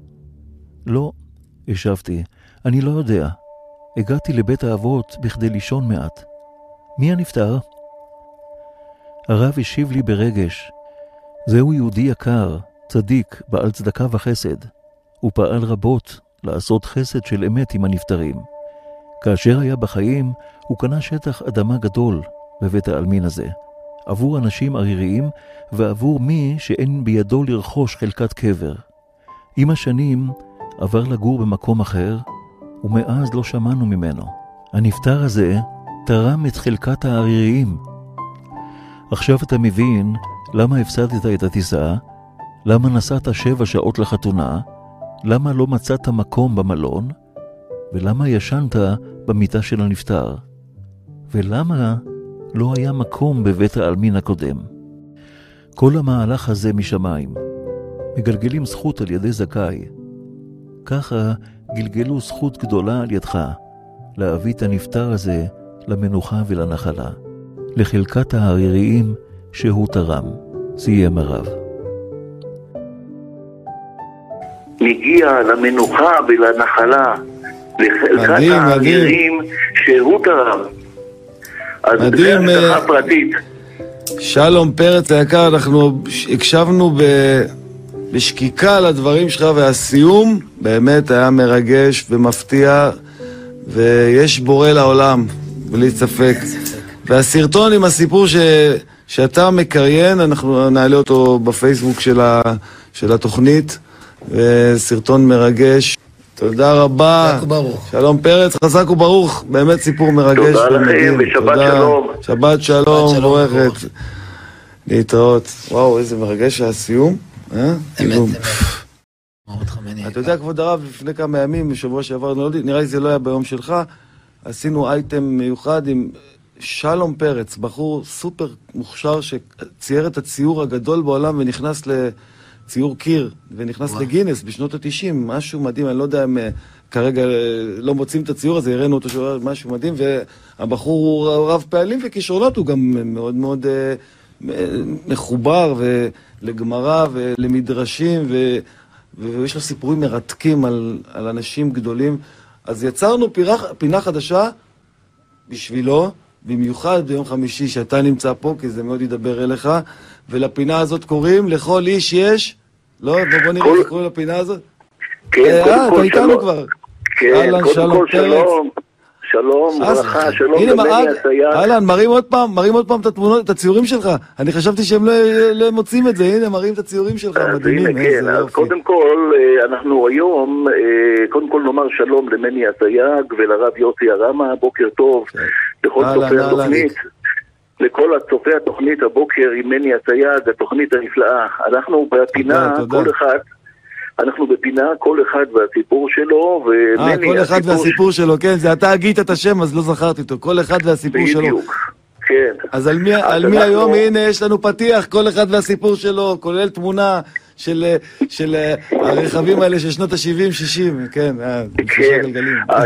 S9: לא, השבתי, אני לא יודע. הגעתי לבית האבות בכדי לישון מעט. מי הנפטר? הרב השיב לי ברגש, זהו יהודי יקר, צדיק, בעל צדקה וחסד. הוא פעל רבות לעשות חסד של אמת עם הנפטרים. כאשר היה בחיים, הוא קנה שטח אדמה גדול בבית העלמין הזה, עבור אנשים עריריים ועבור מי שאין בידו לרכוש חלקת קבר. עם השנים עבר לגור במקום אחר, ומאז לא שמענו ממנו. הנפטר הזה תרם את חלקת העריריים. עכשיו אתה מבין למה הפסדת את הטיסה, למה נסעת שבע שעות לחתונה, למה לא מצאת מקום במלון, ולמה ישנת במיטה של הנפטר, ולמה לא היה מקום בבית העלמין הקודם. כל המהלך הזה משמיים. מגלגלים זכות על ידי זכאי. ככה גלגלו זכות גדולה על ידך, להביא את הנפטר הזה למנוחה ולנחלה, לחלקת העריריים שהוא תרם. סיים הרב.
S2: מגיע למנוחה ולנחלה, לחלקת העריריים שהוא תרם. אז זה הנצחה פרטית.
S1: שלום פרץ היקר, אנחנו הקשבנו ב... בשקיקה לדברים שלך, והסיום באמת היה מרגש ומפתיע, ויש בורא לעולם, בלי ספק. והסרטון עם הסיפור ש... שאתה מקריין, אנחנו נעלה אותו בפייסבוק של, ה... של התוכנית, וסרטון מרגש. תודה רבה.
S3: חזק וברוך.
S1: שלום פרץ, חזק וברוך, באמת סיפור מרגש.
S2: תודה לכם ושבת שלום.
S1: שבת שלום, מבורכת. להתראות. וואו, איזה מרגש הסיום.
S3: אמת, אמת.
S1: אתה יודע, כבוד הרב, לפני כמה ימים, בשבוע שעבר, נראה לי זה לא היה ביום שלך, עשינו אייטם מיוחד עם שלום פרץ, בחור סופר מוכשר שצייר את הציור הגדול בעולם ונכנס לציור קיר, ונכנס לגינס בשנות ה-תשעים, משהו מדהים, אני לא יודע אם כרגע לא מוצאים את הציור הזה, הראינו אותו שהוא משהו מדהים, והבחור הוא רב פעלים וכישרונות, הוא גם מאוד מאוד מחובר לגמרא ולמדרשים, ויש לו סיפורים מרתקים על, על אנשים גדולים. אז יצרנו פינה, פינה חדשה בשבילו, במיוחד ביום חמישי שאתה נמצא פה, כי זה מאוד ידבר אליך, ולפינה הזאת קוראים לכל איש יש, לא? בוא נראה איך קוראים לפינה הזאת.
S2: כן,
S1: אה, אתה איתנו כבר.
S2: כן, קודם כל שלום, שלום, ברכה, שלום למני הסייג.
S1: אהלן, מראים עוד פעם, מראים עוד פעם את התמונות, את הציורים שלך. אני חשבתי שהם לא מוצאים את זה, הנה, מראים את הציורים שלך, מדהימים.
S2: כן, אז קודם כל, אנחנו היום, קודם כל נאמר שלום למני הסייג ולרב יוסי הרמה, בוקר טוב לכל צופי התוכנית. לכל צופי התוכנית הבוקר עם מני הסייג, התוכנית הנפלאה. אנחנו בפינה, כל אחד... אנחנו בפינה, כל אחד והסיפור שלו,
S1: אה, כל אחד והסיפור שלו, כן, זה אתה הגית את השם, אז לא זכרתי אותו, כל אחד והסיפור שלו. בדיוק,
S2: כן.
S1: אז על מי, על מי היום, הנה, יש לנו פתיח, כל אחד והסיפור שלו, כולל תמונה של, של הרכבים האלה של שנות ה-שבעים שישים, כן,
S2: כן, אז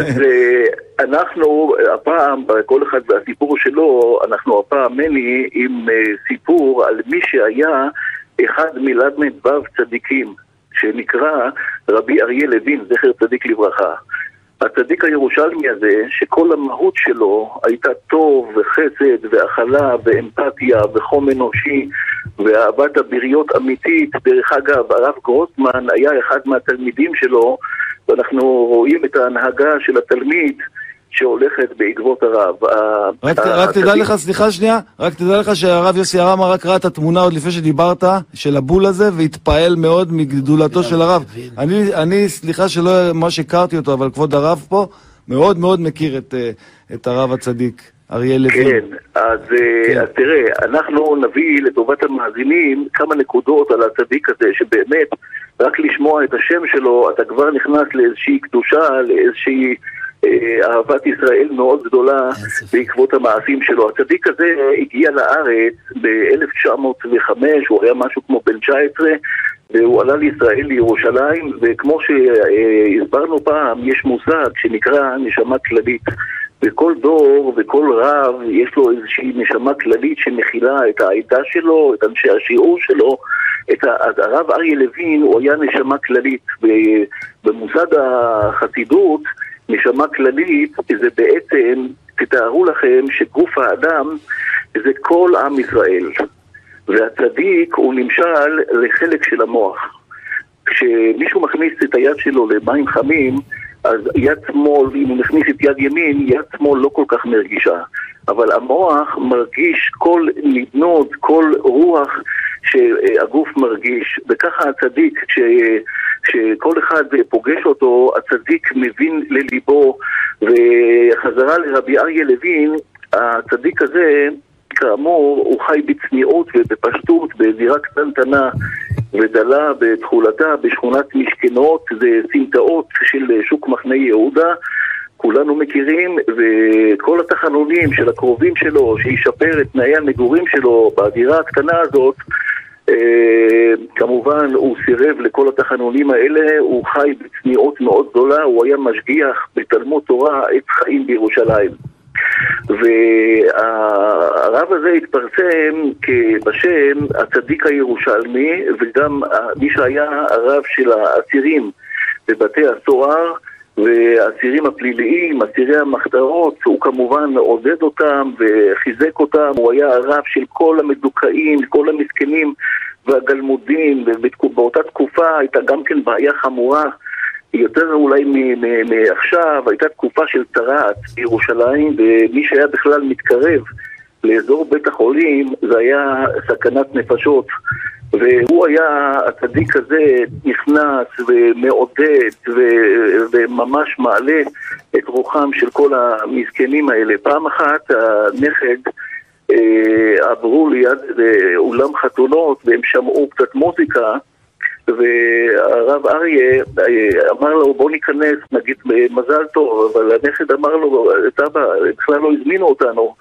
S2: אנחנו, הפעם, כל אחד והסיפור שלו, אנחנו הפעם מני עם סיפור על מי שהיה אחד מל"ו צדיקים, שנקרא רבי אריה לוין, זכר צדיק לברכה. הצדיק הירושלמי הזה, שכל המהות שלו הייתה טוב וחסד והכלה ואמפתיה וחום אנושי ואהבת הבריות אמיתית. דרך אגב, הרב גרוטמן היה אחד מהתלמידים שלו, ואנחנו רואים את ההנהגה של התלמיד שהולכת בעקבות הרב.
S1: רק תדע לך, סליחה שנייה, רק תדע לך שהרב יוסי הרמה רק ראה את התמונה עוד לפני שדיברת, של הבול הזה, והתפעל מאוד מגדולתו של הרב. אני, סליחה שלא מה שהכרתי אותו, אבל כבוד הרב פה, מאוד מאוד מכיר את הרב הצדיק, אריה לוין.
S2: כן, אז תראה, אנחנו נביא לטובת המאזינים כמה נקודות על הצדיק הזה, שבאמת, רק לשמוע את השם שלו, אתה כבר נכנס לאיזושהי קדושה, לאיזושהי אהבת ישראל מאוד גדולה בעקבות המעשים שלו. הצדיק הזה הגיע לארץ ב-אלף תשע מאות וחמש, הוא היה משהו כמו בן תשע עשרה, והוא עלה לישראל, לירושלים, וכמו שהסברנו פעם, יש מושג שנקרא נשמה כללית. בכל דור וכל רב יש לו איזושהי נשמה כללית שמכילה את העדה שלו, את אנשי השיעור שלו. את הרב אריה לוין הוא היה נשמה כללית. במושג החסידות, נשמה כללית זה בעצם, תתארו לכם שגוף האדם זה כל עם ישראל, והצדיק הוא נמשל לחלק של המוח. כשמישהו מכניס את היד שלו למים חמים, אז יד שמאל, אם הוא מכניס את יד ימין, יד שמאל לא כל כך מרגישה, אבל המוח מרגיש כל נדנוד, כל רוח שהגוף מרגיש. וככה הצדיק, כש... כשכל אחד פוגש אותו, הצדיק מבין לליבו. וחזרה לרבי אריה לוין, הצדיק הזה, כאמור, הוא חי בצניעות ובפשטות, בזירה קטנטנה ודלה בתחולתה בשכונת משכנות, זה סמטאות של שוק מחנה יהודה, כולנו מכירים, וכל התחנונים של הקרובים שלו, שישפר את תנאי המגורים שלו בדירה הקטנה הזאת, כמובן הוא סירב לכל התחנונים האלה. הוא חי בצניעות מאוד גדולה, הוא היה משגיח בתלמוד תורה עץ חיים בירושלים, והרב הזה התפרסם בשם הצדיק הירושלמי, וגם מי שהיה הרב של האסירים בבתי הסוהר והאסירים הפליליים, אסירי המחתרות. הוא כמובן עודד אותם וחיזק אותם. הוא היה הרב של כל המדוכאים, כל המסכנים והגלמודים, ובאותה תקופה הייתה גם כן בעיה חמורה, יותר אולי מעכשיו. הייתה תקופה של צרעת בירושלים, ומי שהיה בכלל מתקרב לאזור בית החולים זה היה סכנת נפשות. והוא היה, הצדיק הזה נכנס ומעודד ו- וממש מעלה את רוחם של כל המסכנים האלה. פעם אחת הנכד אה, עברו ליד אולם חתונות והם שמעו קצת מוזיקה, והרב אריה אמר לו בוא ניכנס, נגיד מזל טוב, אבל הנכד אמר לו, סבא, בכלל לא הזמינו אותנו.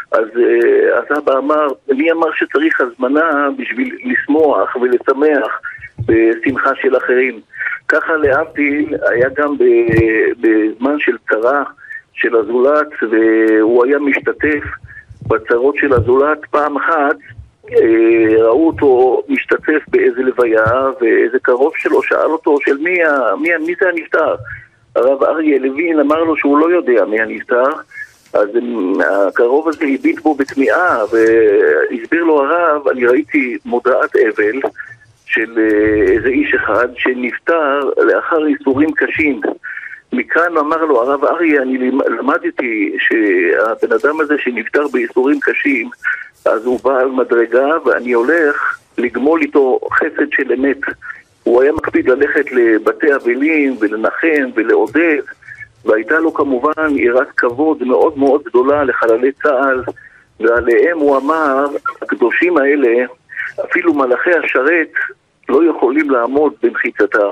S2: אז, אז אבא אמר, מי אמר שצריך הזמנה בשביל לשמוח ולשמח בשמחה של אחרים? ככה להבדיל היה גם בזמן של צרה של הזולת, והוא היה משתתף בצרות של הזולת. פעם אחת ראו אותו משתתף באיזה לוויה, ואיזה קרוב שלו שאל אותו של מי, מי, מי זה הנפטר? הרב אריה לוין אמר לו שהוא לא יודע מי הנפטר. אז הקרוב הזה הביט בו בתמיעה, והסביר לו הרב, אני ראיתי מודעת אבל של איזה איש אחד שנפטר לאחר איסורים קשים. מכאן אמר לו הרב אריה, אני למדתי שהבן אדם הזה שנפטר באיסורים קשים, אז הוא בא על מדרגה ואני הולך לגמול איתו חסד של אמת. הוא היה מקפיד ללכת לבתי אבלים ולנחם ולעודד, והייתה לו כמובן יראת כבוד מאוד מאוד גדולה לחללי צה"ל, ועליהם הוא אמר, הקדושים האלה, אפילו מלאכי השרת לא יכולים לעמוד במחיצתם.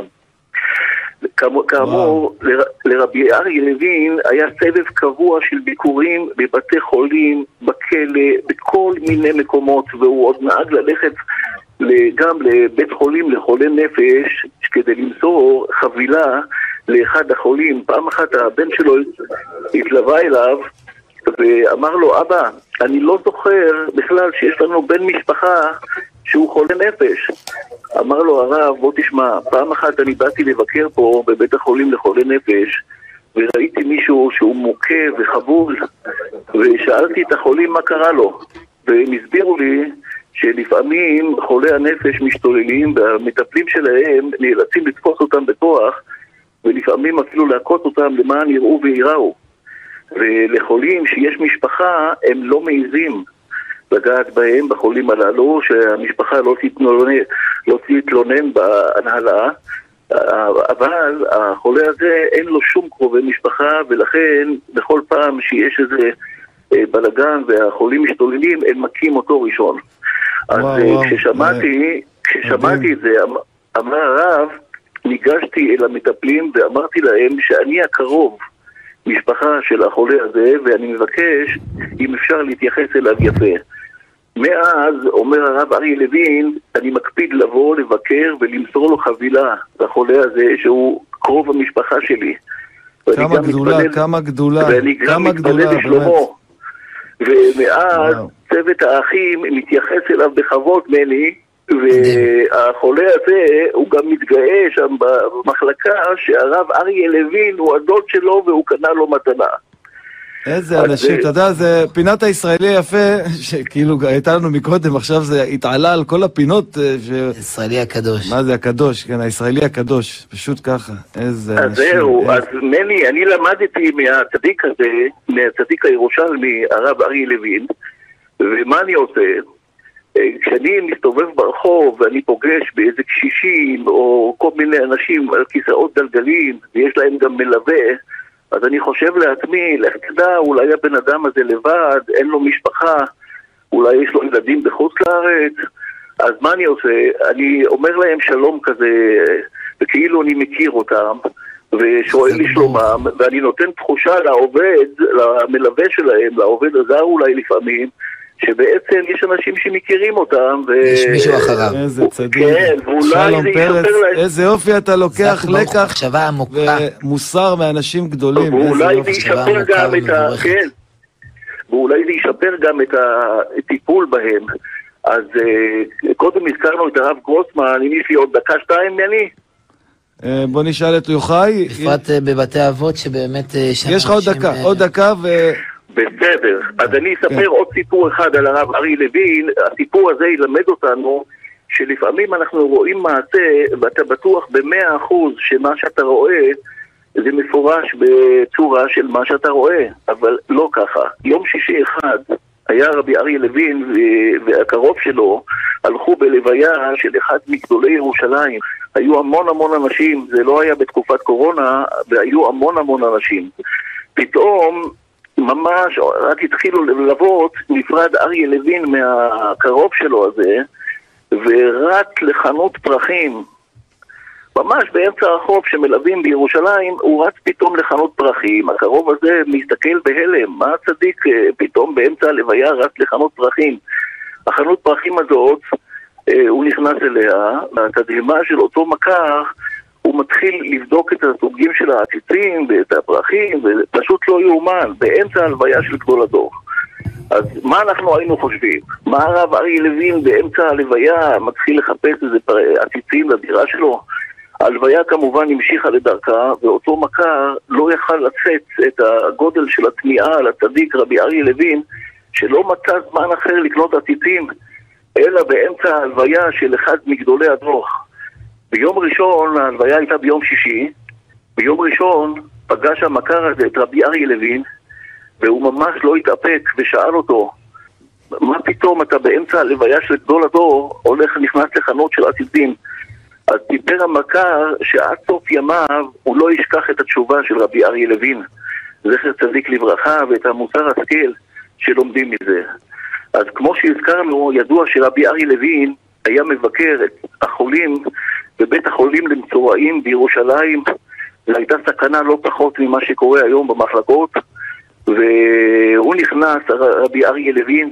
S2: כאמור, ל, לרבי אריה לוין היה סבב קבוע של ביקורים בבתי חולים, בכלא, בכל מיני מקומות, והוא עוד נהג ללכת גם לבית חולים לחולי נפש כדי למסור חבילה לאחד החולים. פעם אחת הבן שלו התלווה אליו ואמר לו, אבא, אני לא זוכר בכלל שיש לנו בן משפחה שהוא חולה נפש. אמר לו הרב, בוא תשמע, פעם אחת אני באתי לבקר פה בבית החולים לחולי נפש, וראיתי מישהו שהוא מוכה וחבול, ושאלתי את החולים מה קרה לו, והם הסבירו לי שלפעמים חולי הנפש משתוללים, והמטפלים שלהם נאלצים לתפוס אותם בכוח, ולפעמים אפילו להכות אותם למען יראו ויראו. ולחולים שיש משפחה הם לא מעיזים לגעת בהם, בחולים הללו, שהמשפחה לא תתלונן, לא תתלונן בהנהלה, אבל החולה הזה אין לו שום קרובי משפחה, ולכן בכל פעם שיש איזה בלגן והחולים משתוללים, הם מכים אותו ראשון. אז וואו, כששמעתי, וואו. כששמעתי את זה, אמר הרב, ניגשתי אל המטפלים ואמרתי להם שאני הקרוב משפחה של החולה הזה, ואני מבקש אם אפשר להתייחס אליו יפה. מאז, אומר הרב אריה לוין, אני מקפיד לבוא, לבקר ולמסור לו חבילה לחולה הזה שהוא קרוב המשפחה שלי.
S1: כמה גדולה, מתפלל, כמה גדולה,
S2: ואני גם מתפלל לשלמה. ומאז וואו. צוות האחים מתייחס אליו בכבוד מני, והחולה הזה הוא גם מתגאה שם במחלקה שהרב אריה לוין הוא הדוד שלו והוא קנה לו מתנה.
S1: איזה אנשים, אתה יודע, זה פינת הישראלי היפה, שכאילו הייתה לנו מקודם, עכשיו זה התעלה על כל הפינות.
S3: הישראלי הקדוש.
S1: מה זה הקדוש? כן, הישראלי הקדוש, פשוט ככה. איזה אנשים.
S2: אז זהו, אז מני, אני למדתי מהצדיק הזה, מהצדיק הירושלמי, הרב אריה לוין, ומה אני עושה? כשאני מסתובב ברחוב ואני פוגש באיזה קשישים או כל מיני אנשים על כיסאות גלגלים ויש להם גם מלווה, אז אני חושב לעצמי, לך תדע, אולי הבן אדם הזה לבד, אין לו משפחה, אולי יש לו ילדים בחוץ לארץ, אז מה אני עושה? אני אומר להם שלום כזה, וכאילו אני מכיר אותם, ושואל לי שלומם, ואני נותן תחושה לעובד, למלווה שלהם, לעובד הזר אולי לפעמים, שבעצם יש אנשים שמכירים אותם ו...
S3: יש מישהו אחריו.
S1: איזה צדיק.
S2: כן, ואולי זה ישפר להם.
S1: איזה יופי אתה לוקח לקח ומוסר מאנשים גדולים.
S2: ואולי זה ישפר גם את ה... כן. ואולי זה ישפר גם את הטיפול בהם. אז קודם הזכרנו את הרב גרוסמן, אם יש לי עוד דקה שתיים, מני?
S1: בוא נשאל את יוחאי.
S3: בפרט בבתי אבות שבאמת...
S1: יש לך עוד דקה, עוד דקקה ו...
S2: בסדר, אז אני אספר עוד סיפור אחד על הרב אריה לוין. הסיפור הזה ילמד אותנו שלפעמים אנחנו רואים מעשה ואתה בטוח במאה אחוז שמה שאתה רואה זה מפורש בצורה של מה שאתה רואה, אבל לא ככה. יום שישי אחד היה רבי אריה לוין והקרוב שלו הלכו בלוויה של אחד מגדולי ירושלים. היו המון המון אנשים, זה לא היה בתקופת קורונה, והיו המון המון אנשים. פתאום ממש, רק התחילו ללוות, נפרד אריה לוין מהקרוב שלו הזה, ורק לחנות פרחים. ממש באמצע הרחוב שמלווים בירושלים, הוא רץ פתאום לחנות פרחים. הקרוב הזה מסתכל בהלם, מה הצדיק פתאום באמצע הלוויה רץ לחנות פרחים? החנות פרחים הזאת, הוא נכנס אליה, והתדהמה של אותו מכר, הוא מתחיל לבדוק את הסוגים של העציצים ואת הפרחים, ופשוט לא יאומן, באמצע הלוויה של גדול הדור. אז מה אנחנו היינו חושבים? מה הרב אריה לוין באמצע הלוויה מתחיל לחפש איזה עציצים לדירה שלו? ההלוויה כמובן המשיכה לדרכה, ואותו מכר לא יכל לצאת את הגודל של התמיעה על הצדיק רבי אריה לוין, שלא מצא זמן אחר לקנות עציצים, אלא באמצע ההלוויה של אחד מגדולי הדור. ביום ראשון, ההלוויה הייתה ביום שישי, ביום ראשון פגש המכר הזה את רבי אריה לוין, והוא ממש לא התאפק ושאל אותו, מה פתאום אתה באמצע הלוויה של גדול הדור הולך נכנס לחנות של עציצים? אז דיבר המכר שעד סוף ימיו הוא לא ישכח את התשובה של רבי אריה לוין, זכר צדיק לברכה, ואת המוסר השכל שלומדים מזה. אז כמו שהזכרנו, ידוע שרבי אריה לוין היה מבקר את החולים בבית החולים למצורעים בירושלים, והייתה סכנה לא פחות ממה שקורה היום במחלקות, והוא נכנס, רבי אריה לוין,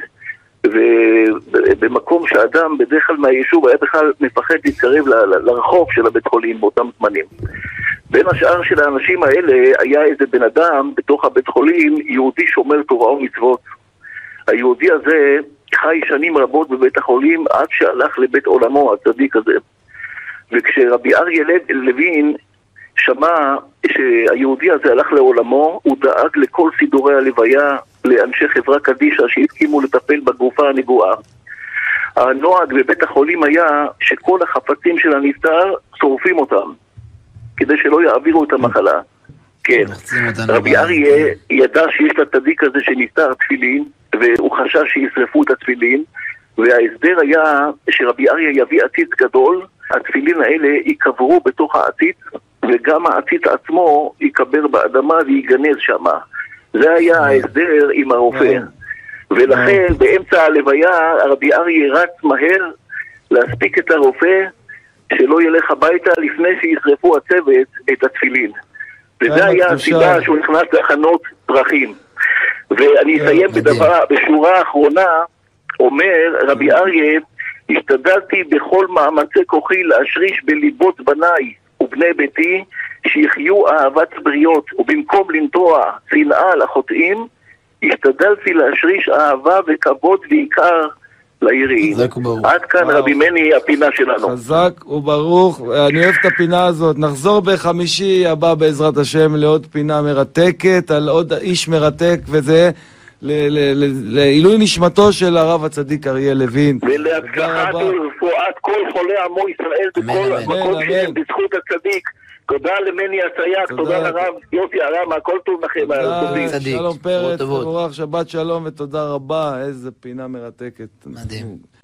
S2: ובמקום שאדם בדרך כלל מהיישוב היה בכלל מפחד להתקרב ל- לרחוב של הבית חולים באותם זמנים. בין השאר של האנשים האלה היה איזה בן אדם בתוך הבית חולים, יהודי שומר תורה ומצוות. היהודי הזה חי שנים רבות בבית החולים עד שהלך לבית עולמו, הצדיק הזה. וכשרבי אריה לוין שמע שהיהודי הזה הלך לעולמו, הוא דאג לכל סידורי הלוויה לאנשי חברה קדישה שהסכימו לטפל בגופה הנגועה. הנוהג בבית החולים היה שכל החפצים של הנפטר שורפים אותם, כדי שלא יעבירו את המחלה. כן, רבי אריה ידע שיש לצדיק הזה שנפטר תפילין, והוא חשש שישרפו את התפילין, וההסדר היה שרבי אריה יביא עציץ גדול, התפילין האלה יקברו בתוך העציץ, וגם העציץ עצמו יקבר באדמה ויגנז שמה. זה היה ההסדר עם הרופא. ולכן באמצע הלוויה רבי אריה רץ מהר להספיק את הרופא שלא ילך הביתה לפני שישרפו הצוות את התפילין. וזה היה הסיבה שהוא נכנס לחנות פרחים. ואני אסיים בדבר, בשורה האחרונה, אומר רבי אריה, השתדלתי בכל מאמצי כוחי להשריש בליבות בניי ובני ביתי שיחיו אהבת בריות, ובמקום לנטוע שנאה לחוטאים, השתדלתי להשריש אהבה וכבוד ועיקר ליראים. עד כאן רבי מני הפינה שלנו.
S1: חזק וברוך, אני אוהב את הפינה הזאת. נחזור בחמישי הבא בעזרת השם לעוד פינה מרתקת, על עוד איש מרתק, וזה לעילוי נשמתו של הרב הצדיק אריה לוין.
S2: ולהצלחת ורפואת כל חולי עמו ישראל בכל מקום שהם בזכות הצדיק. תודה למני הסייק, תודה לרב יוסי הרמה, כל טוב לכם.
S1: תודה, שלום פרץ, תבורך, שבת שלום ותודה רבה, איזה פינה מרתקת.
S3: מדהים.